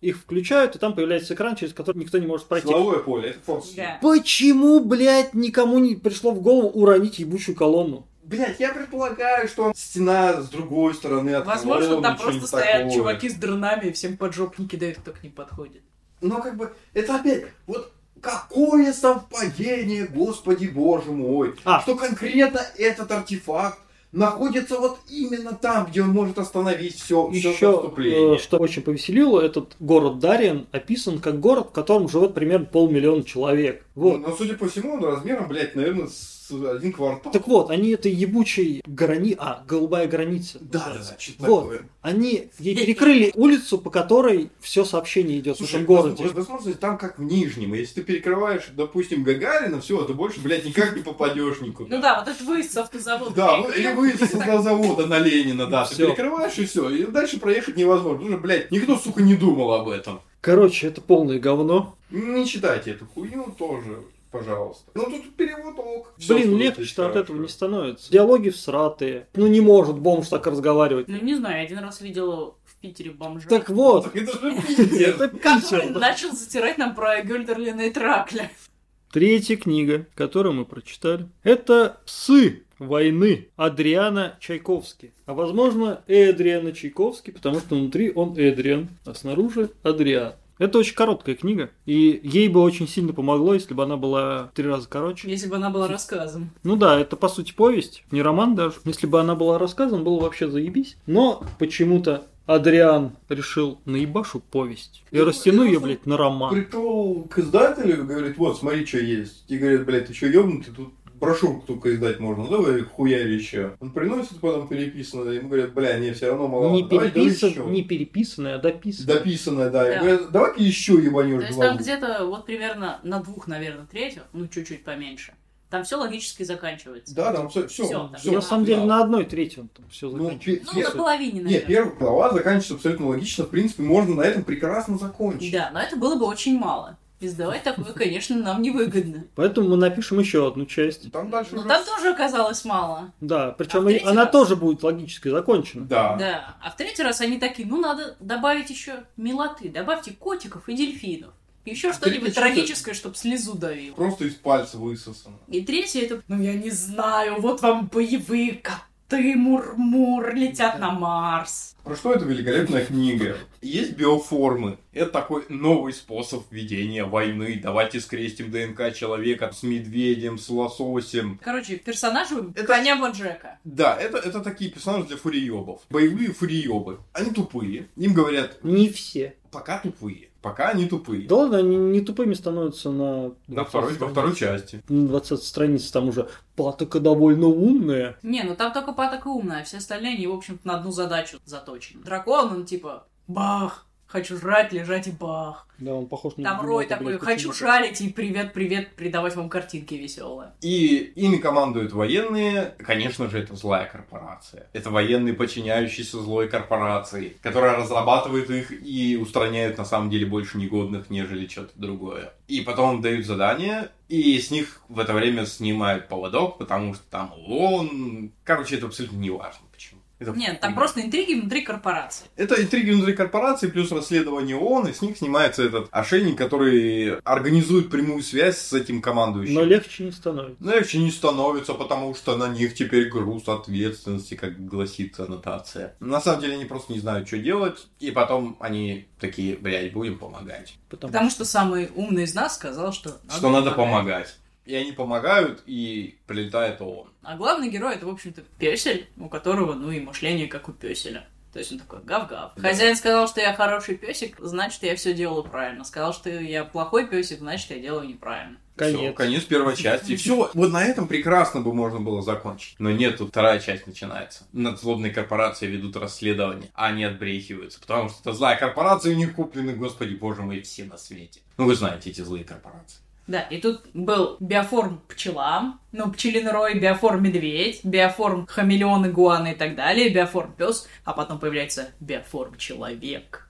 их включают, и там появляется экран, через который никто не может пройти. Силовое поле, это форс. Да. Почему, блядь, никому не пришло в голову уронить ебучую колонну? Блять, я предполагаю, что стена с другой стороны от Возможно, колонны, там просто что-нибудь стоят такое. чуваки с дронами и всем поджопники дают, кто к ним подходит. Но как бы, это опять, вот какое совпадение, господи боже мой, что конкретно этот артефакт находится вот именно там, где он может остановить все наступление. Что очень повеселило, этот город Дариан описан как город, в котором живет примерно 500 000 человек. Вот. Но, судя по всему, он размером, блядь, наверное, с один квартал. Так вот, они этой ебучей голубая граница. Да, что вот. такое. Они ей перекрыли улицу, по которой все сообщение идет в этом городе. Возможно, там как в Нижнем. Если ты перекрываешь, допустим, Гагарина, все, ты больше, блядь, никак не попадешь никуда. Ну да, вот это выезд с автозавода. Да, или выезд с автозавода на Ленина, да. Ты Всё. перекрываешь и все. И дальше проехать невозможно. Потому что, блядь, никто, сука, не думал об этом. Короче, это полное говно. Не читайте эту хуйню тоже, пожалуйста. Ну тут перевод ок. Блин, легче-то от этого не становится. Диалоги всратые. Ну не может бомж так разговаривать. Ну не знаю, я один раз видела в Питере бомжа. Так вот. Так это же Питер. Это Который Питер. начал затирать нам про Гюльдерлина и Тракля. Третья книга, которую мы прочитали, это «Псы войны» Адриана Чайковски. А возможно, Эдриана Чайковски, потому что внутри он Эдриан, а снаружи Адриан. Это очень короткая книга, и ей бы очень сильно помогло, если бы она была 3 раза короче. Если бы она была рассказом. Ну да, это по сути повесть, не роман даже. Если бы она была рассказом, было вообще заебись. Но почему-то Адриан решил наебашу повесть. И растяну ее, блядь, на роман. Пришел к издателю и говорит, вот, смотри, что есть. И говорят, блядь, ты что, ёбнутый? Тут брошюрку только издать можно, давай хуяри еще. Он приносит потом переписанное, ему говорят, бля, не, все равно мало. Не переписанное, а дописанное. Дописанное, да. Да. И говорят, давай-ка еще ебанешь То есть там где-то вот примерно на 2, наверное, третьих, ну чуть-чуть поменьше. Там все логически заканчивается. Да, там все. Всё, там На самом деле на 1/3 он там все заканчивается. Ну, на половине, наверное. Нет, первая глава заканчивается абсолютно логично. В принципе, можно на этом прекрасно закончить. Да, но это было бы очень мало. Издавать такое, конечно, нам невыгодно. Поэтому мы напишем еще одну часть. Там дальше Но уже... там тоже оказалось мало. Да, причем А в третий она раз? тоже будет логически закончена. Да. Да. А в третий раз они такие, ну надо добавить еще милоты. Добавьте котиков и дельфинов. Еще что-нибудь третий трагическое, чтобы слезу давило. Просто из пальца высосано. И третье это, ну я не знаю, вот вам боевые коты мур-мур летят на Марс. Про что это великолепная книга? Есть биоформы. Это такой новый способ ведения войны. Давайте скрестим ДНК человека с медведем, с лососем. Короче, персонажи Это- коня Боджека. Да, это такие персонажи для фуриёбов. Боевые фуриёбы. Они тупые. Им говорят, Не все. пока тупые. Пока они тупые. Да ладно, они не тупыми становятся на Во второй части. На 20 странице там уже патока довольно умная. Не, ну там только Паток и умная, а все остальные, они, в общем-то, на одну задачу заточены. Дракон, он типа, бах, хочу жрать, лежать и бах. Да, он похож на... Там Рой Димона, такой, блядь, хочу почему-то. жарить и привет-привет, придавать вам картинки веселые. И ими командуют военные. Конечно же, это злая корпорация. Это военные, подчиняющиеся злой корпорации, которая разрабатывает их и устраняет на самом деле больше негодных, нежели что-то другое. И потом дают задания, и с них в это время снимают поводок, потому что там он... Короче, это абсолютно не важно, почему. Это Нет, там хуйня. просто интриги внутри корпорации. Это интриги внутри корпорации, плюс расследование ООН, и с них снимается этот ошейник, который организует прямую связь с этим командующим. Но легче не становится. Но легче не становится, потому что на них теперь груз ответственности, как гласит аннотация. На самом деле они просто не знают, что делать, и потом они такие, блядь, будем помогать. Потому что самый умный из нас сказал, что Надо помогать. И они помогают, и прилетает ООН. А главный герой это, в общем-то, пёсель, у которого, ну и мышление как у пёселя. То есть он такой гав-гав. Да. Хозяин сказал, что я хороший песик, значит, я все делаю правильно. Сказал, что я плохой песик, значит, я делаю неправильно. Конец. Всё, конец первой части. Все, вот на этом прекрасно бы можно было закончить. Но нет, тут вторая часть начинается. Над злобной корпорацией ведут расследование, а они отбрехиваются. Потому что это злая корпорация, у них куплены, господи боже мой, все на свете. Ну, вы знаете эти злые корпорации. Да, и тут был биоформ пчела, ну, пчелиный рой, биоформ медведь, биоформ хамелеон, игуана и так далее, биоформ пес, а потом появляется биоформ человек.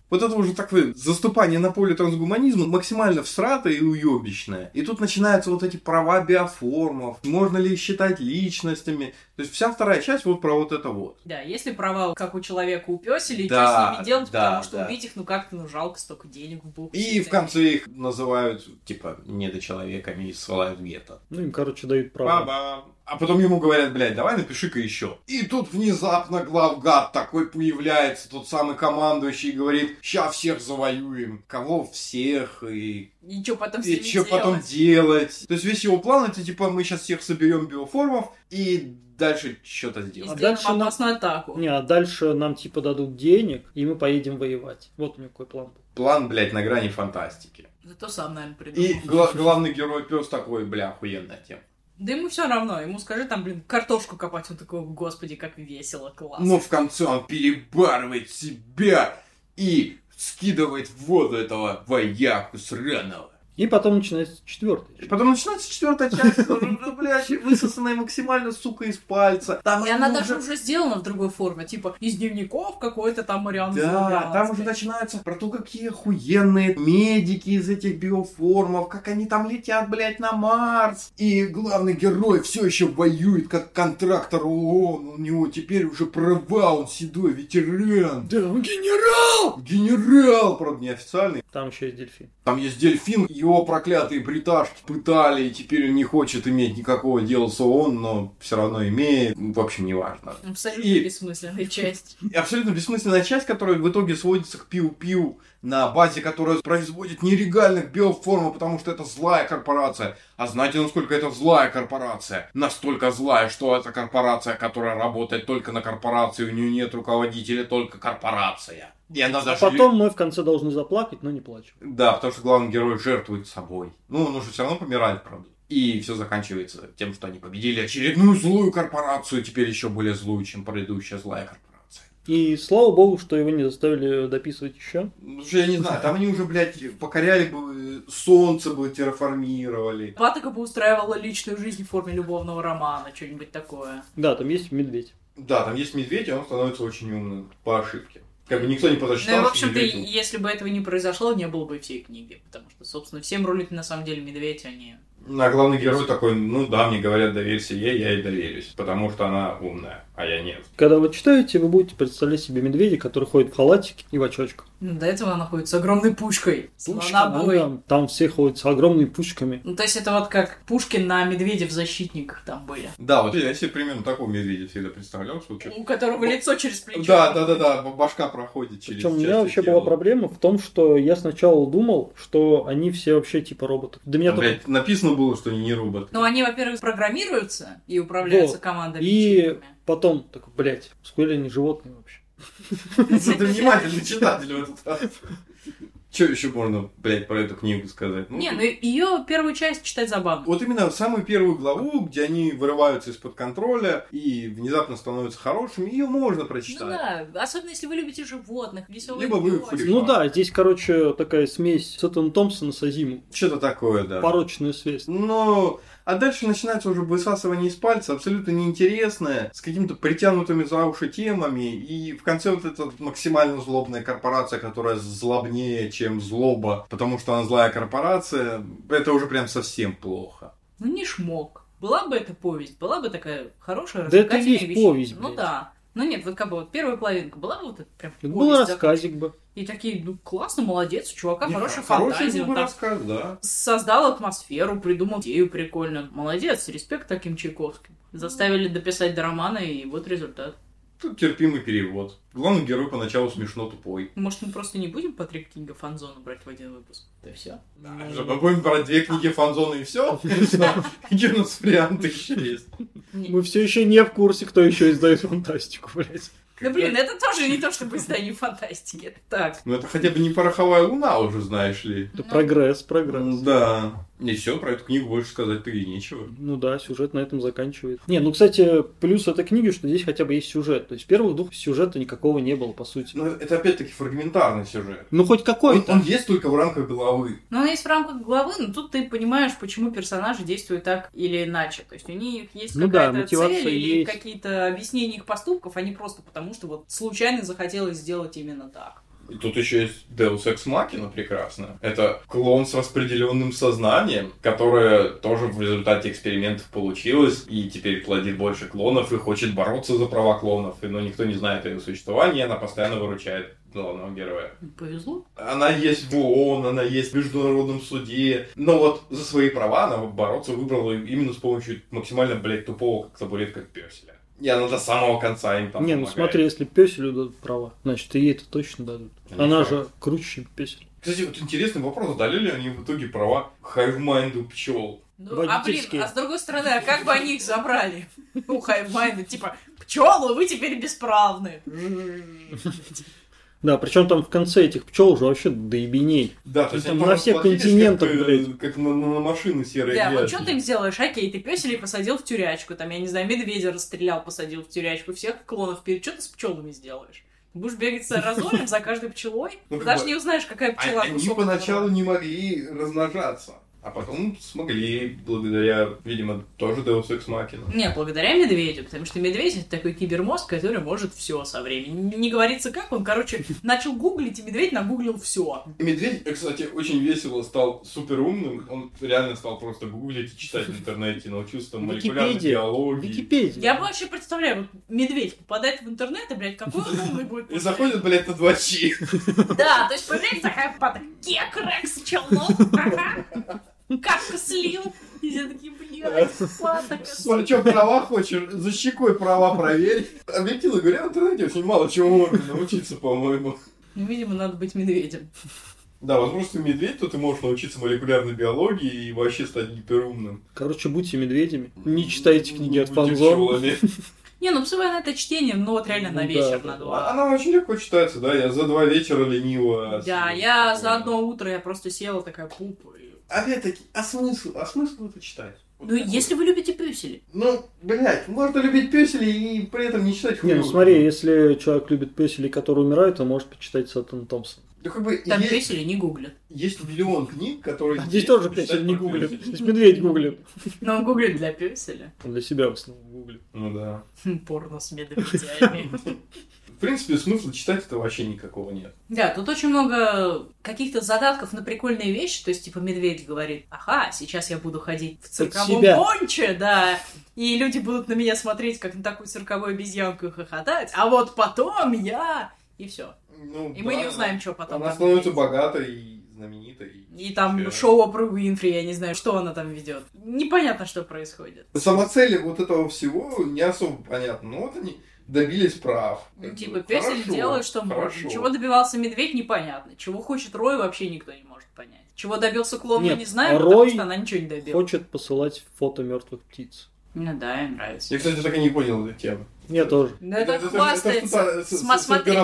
Вот это уже такое заступание на поле трансгуманизма максимально всратое и уебищное. И тут начинаются вот эти права биоформов, можно ли их считать личностями. То есть вся вторая часть вот про вот это вот. Да, если права, как у человека у пёселей, Да, что с ними делать, да, потому что да. убить их, ну как-то, жалко столько денег в бухте. И в конце их называют, типа, недочеловеками и ссылают в гетто. Ну, им, короче, дают право. Ба-бам. А потом ему говорят, блядь, давай напиши-ка еще. И тут внезапно главгад такой появляется, тот самый командующий, и говорит, ща всех завоюем. Кого всех и... И что потом с И ними что потом делать? То есть весь его план, это типа мы сейчас всех соберем биоформов и дальше что-то И сделаем. А сделаем дальше нам- опасную атаку. Не, а дальше нам типа дадут денег, и мы поедем воевать. Вот у него какой план был. План, блядь, на грани фантастики. Зато сам, наверное, придумал. И главный герой пес такой, бля, охуенная тема. Да ему все равно, ему скажи там, картошку копать, он такой, господи, как весело, классно. Но в конце он перебарывает себя и скидывает в воду этого вояку сраного. И потом начинается 4-я. И потом начинается 4-я часть, уже, блядь, высосанная максимально, сука, из пальца. Там И она даже уже сделана в другой форме, типа из дневников какой-то там Марианны Да, Зелебрянской. там уже начинается про то, какие охуенные медики из этих биоформов, как они там летят, блядь, на Марс. И главный герой все еще воюет, как контрактор ООН. У него теперь уже права, он седой ветеран. Да, он генерал! Генерал, правда, неофициальный. Там еще есть дельфин. Там есть дельфин, его проклятые бриташки пытали, и теперь он не хочет иметь никакого дела с ООН, но все равно имеет. В общем, неважно. Абсолютно И- бессмысленная часть. И абсолютно бессмысленная часть, которая в итоге сводится к пиу-пиу на базе, которая производит нелегальных биоформов, потому что это злая корпорация. А знаете, насколько это злая корпорация? Настолько злая, что это корпорация, которая работает только на корпорации, у нее нет руководителя, только корпорация. И она А даже... потом мы в конце должны заплакать, но не плачем. Да, потому что главный герой жертвует собой. Ну, он уже все равно помирает, правда. И все заканчивается тем, что они победили очередную злую корпорацию, теперь еще более злую, чем предыдущая злая корпорация. И слава богу, что его не заставили дописывать еще. Ну, что я не знаю, там они уже, блядь, покоряли бы солнце, бы терраформировали. Патока бы устраивала личную жизнь в форме любовного романа, что-нибудь такое. Да, там есть медведь. Да, там есть медведь, и он становится очень умным по ошибке. Как бы никто не подосчитал, Ну и, в что общем-то, медведь умный. если бы этого не произошло, не было бы всей книги. Потому что, собственно, всем рулит на самом деле медведь, а не... А главный герой такой, ну да, мне говорят, доверься ей, я ей доверюсь, потому что она умная, а я нет. Когда вы читаете, вы будете представлять себе медведя, который ходит в халатике и в очочках. Ну, до этого она ходит с огромной пушкой. С Пушка, набой. там все ходят с огромными пушками. Ну, то есть это вот как Пушкин на медведя в защитниках там были. Да, вот я себе примерно такого медведя всегда представлял, что... У которого лицо через плечо. Да, башка проходит через Причем у меня части вообще тела. была проблема в том, что я сначала думал, что они все вообще типа роботы. Да меня Там, только... блядь, написано было, что они не роботы. Ну, они, во-первых, программируются и управляются Вот. командами. И чипами. потом такой, блядь, сколько они животные вообще. Ты внимательный читатель в этот раз. Что еще можно, блядь, про эту книгу сказать? Ну, Не, ну ее первую часть читать забавно. вот именно самую первую главу, где они вырываются из-под контроля и внезапно становятся хорошими, ее можно Ну прочитать. да, особенно если вы любите животных, веселые Либо вы пёсики. хулиган. Ну да, здесь, короче, такая смесь Сеттона Томпсона с Азимом. Что-то такое, да. Порочная связь. Но... А дальше начинается уже высасывание из пальца, абсолютно неинтересное, с какими-то притянутыми за уши темами, и в конце вот эта максимально злобная корпорация, которая злобнее, чем злоба, потому что она злая корпорация, это уже прям совсем плохо. Ну не шмок. Была бы эта повесть, была бы такая хорошая, Да это развлекательная есть вещь. повесть, Ну блядь. да. Ну нет, вот как бы вот первая половинка была бы вот это прям Это был повесть, рассказик бы. И такие, ну классно, молодец, у чувака хорошая Хороший фантазия. был он бы там рассказ, да. создал атмосферу, придумал идею прикольно. Молодец, респект таким Чайковским. Заставили дописать до романа, и вот результат. Тут терпимый перевод. Главный герой поначалу смешно тупой. Может, мы просто не будем по 3 книги Фанзона брать в один выпуск? Да все. Мы будем брать 2 книги Фанзона и все? Какие у нас варианты еще есть? Мы все еще не в курсе, кто еще издает фантастику, блядь. Да блин, это тоже не то, чтобы издание фантастики, это так. Ну это хотя бы не пороховая луна уже, знаешь ли. Это прогресс. Да. И все, про эту книгу больше сказать-то и нечего. Ну да, сюжет на этом заканчивается. Не, ну, кстати, плюс этой книги, что здесь хотя бы есть сюжет. То есть первых двух сюжета никакого не было, по сути. Но это опять-таки фрагментарный сюжет. Ну, хоть какой-то. Он есть только в рамках головы. Но он есть в рамках главы, но тут ты понимаешь, почему персонажи действуют так или иначе. То есть у них есть Ну да, какая-то мотивация цель или есть. какие-то объяснения их поступков, а не просто потому, что вот случайно захотелось сделать именно так. И тут еще есть Deus Ex Machina прекрасно. Это клон с распределенным сознанием, которое тоже в результате экспериментов получилось, и теперь плодит больше клонов и хочет бороться за права клонов, но никто не знает о ее существовании, и она постоянно выручает главного героя. Повезло. Она есть в ООН, она есть в Международном суде, но вот за свои права она бороться выбрала именно с помощью максимально, тупого, как табуретка пёселя. И она до самого конца им там Не, ну смотри, если пёселю дадут права, значит и ей это точно дадут. Она же круче, чем пёсель. Кстати, вот интересный вопрос, дали ли они в итоге права хайвмайнду пчел? Ну, а с другой стороны, а как бы они их забрали? У хайвмайнда, типа, пчелы, вы теперь бесправны. Да, причем там в конце этих пчел уже вообще доебеней. Да, то есть там на всех континентах, блядь. Как на машины серые. Да, вот что ты им сделаешь? Окей, ты пёселей посадил в тюрячку, там, я не знаю, медведя расстрелял, посадил в тюрячку, всех клонов перед. Что ты с пчелами сделаешь? Будешь бегать с аэрозолем за каждой пчелой? Ты даже не узнаешь, какая пчела. Они поначалу не могли размножаться. А потом смогли, благодаря, видимо, тоже Deus Ex Machina. Не, благодаря медведю, потому что медведь — это такой кибермозг, который может все со временем. Не говорится как, он, начал гуглить, и медведь нагуглил все. Медведь, кстати, очень весело стал супер умным. Он реально стал просто гуглить и читать в интернете, научился там молекулярной биологии. Википедия. Я вообще представляю, вот медведь попадает в интернет, и, блядь, какой он умный будет. И заходит, блядь, на 2Ч. Да, то есть появляется такая пата, кекрекс, челнок, капка слил. И все такие, блядь, патока. Смотри, что права хочешь? За щекой права проверь. Объективно говоря, в интернете очень мало чего можно научиться, по-моему. Ну, видимо, надо быть медведем. Да, возможно, ты медведь, то ты можешь научиться молекулярной биологии и вообще стать гиперумным. Короче, будьте медведями. Не читайте книги от Будьте Фанзо. пчелами. Не, ну псевдо это чтение, ну вот реально на вечер, на 2. Она очень легко читается, да, я за 2 вечера лениво. Да, я за одно утро, я просто села такая пупа. Опять-таки, а смысл это читать? Ну, если вы любите пёсели. Ну, блядь, можно любить пёселей и при этом не читать хуйню. Не, ну смотри, если человек любит пёселей, которые умирают, он может почитать Саттона Томпсона. Да как бы там пёсели не гуглят. Есть миллион книг, которые... Здесь тоже пёсель не гуглит. Здесь медведь гуглит. Но он гуглит для пёселя. Он для себя в основном гуглит. Ну да. Порно с медведями. В принципе, смысла читать это вообще никакого нет. Да, тут очень много каких-то задатков на прикольные вещи. То есть, типа, медведь говорит: ага, сейчас я буду ходить в цирковом понче, да, и люди будут на меня смотреть, как на такую цирковую обезьянку, и хохотать. А вот потом я... И все. Ну, и мы не узнаем, что потом. Она становится богатой и знаменитой. И там шоу Опры Уинфри, я не знаю, что она там ведет. Непонятно, что происходит. Сама цель вот этого всего не особо понятна. Но вот они добились прав. Ну, типа, пёсель делает, что может. Чего добивался медведь, непонятно. Чего хочет Рой, вообще никто не может понять. Чего добился клон, мы не знаем, потому что она ничего не добилась. Хочет посылать фото мертвых птиц. Ну да, им нравится. Я, кстати, так и не понял эту тему. Я тоже. Ну это хвастается. Смотри,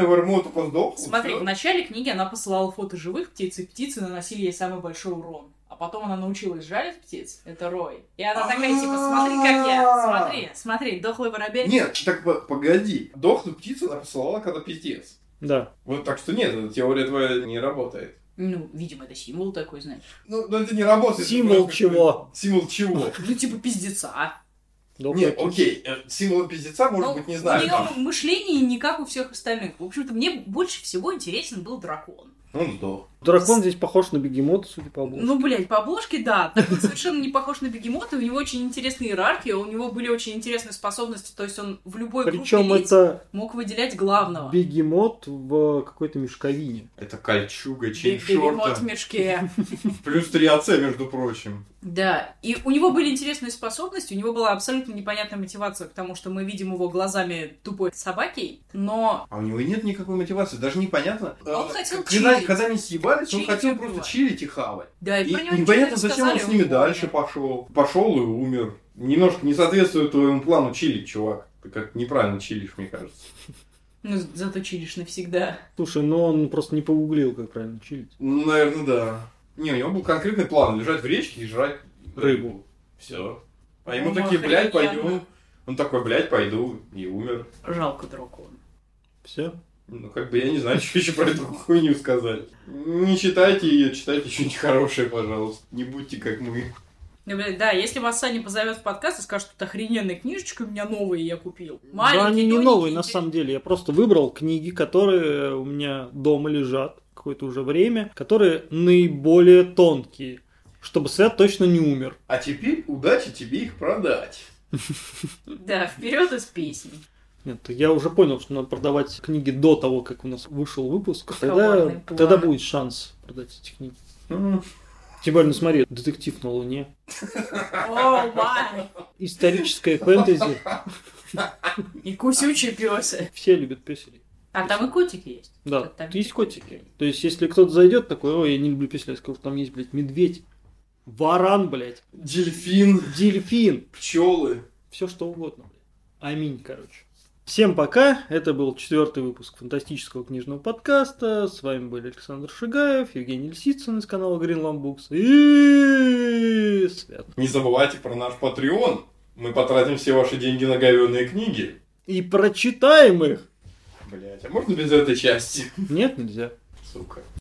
Смотри, в начале книги она посылала фото живых птиц, и птицы наносили ей самый большой урон. А потом она научилась жалить птиц, это Рой. И она такая, типа, смотри, как я, смотри, дохлый воробей. Нет, так погоди. Дохлую птицу она посылала, когда пиздец. Да. Вот так что нет, эта теория твоя не работает. Ну, видимо, это символ такой, знаешь. Ну, это не работает. Символ чего? Символ чего? Ну, типа пиздеца. Нет, окей, символом пиздеца, может быть, не знаю. У нее мышление не как у всех остальных. В общем-то, мне больше всего интересен был дракон. Он сдох. Дракон здесь похож на бегемота, судя по обложке. Ну, блядь, по обложке, да. Так он совершенно не похож на бегемота. У него очень интересная иерархия, у него были очень интересные способности. То есть он в любой группе лиц мог выделять главного. Бегемот в какой-то мешковине. Это кольчуга, чейн-шорта. Бегемот в мешке. Плюс 3 АЦ, между прочим. Да, и у него были интересные способности, у него была абсолютно непонятная мотивация, потому что мы видим его глазами тупой собаки, но... А у него нет никакой мотивации, даже непонятно. Он хотел чилить. Когда они съебались, чилить он хотел просто чилить и хавать. Да, и про него непонятно, зачем он с ними дальше пошел. Пошел и умер. Немножко не соответствует твоему плану чилить, чувак. Ты как неправильно чилишь, мне кажется. Ну, зато чилишь навсегда. Слушай, ну он просто не погуглил, как правильно чилить. Ну, наверное, да. Не, у него был конкретный план: лежать в речке и жрать рыбу. Все. А ему такие, блядь, пойду. Он такой, блядь, пойду. И умер. Жалко дракона. Все? Ну, как бы я не знаю, что еще про эту хуйню сказать. Не читайте ее, читайте что-нибудь хорошее, пожалуйста. Не будьте как мы. Да, если вас Саня позовет в подкаст и скажет, что охрененная книжечка у меня новая, я купил. Да, они не новые на самом деле. Я просто выбрал книги, которые у меня дома лежат какое-то уже время, которые наиболее тонкие, чтобы Свят точно не умер. А теперь удачи тебе их продать. Да, вперед из песни. Нет, я уже понял, что надо продавать книги до того, как у нас вышел выпуск. Тогда будет шанс продать эти книги. Тем более, ну смотри, детектив на Луне. О, май! Историческое фэнтези. И кусючие пёсы. Все любят пёселей. А там и котики есть. Да, Там есть котики. То есть, если кто-то зайдет такой, ой, я не люблю пёселей, я скажу, там есть, блядь, медведь, варан, блядь, Дельфин, дельфин, пчелы. все что угодно, блядь. Аминь, короче. Всем пока. Это был 4-й выпуск фантастического книжного подкаста. С вами были Александр Шигаев, Евгений Лисицын из канала Greenland Books и Свят. Не забывайте про наш Patreon. Мы потратим все ваши деньги на говёные книги. И прочитаем их. Блять, а можно без этой части? Нет, нельзя. Сука.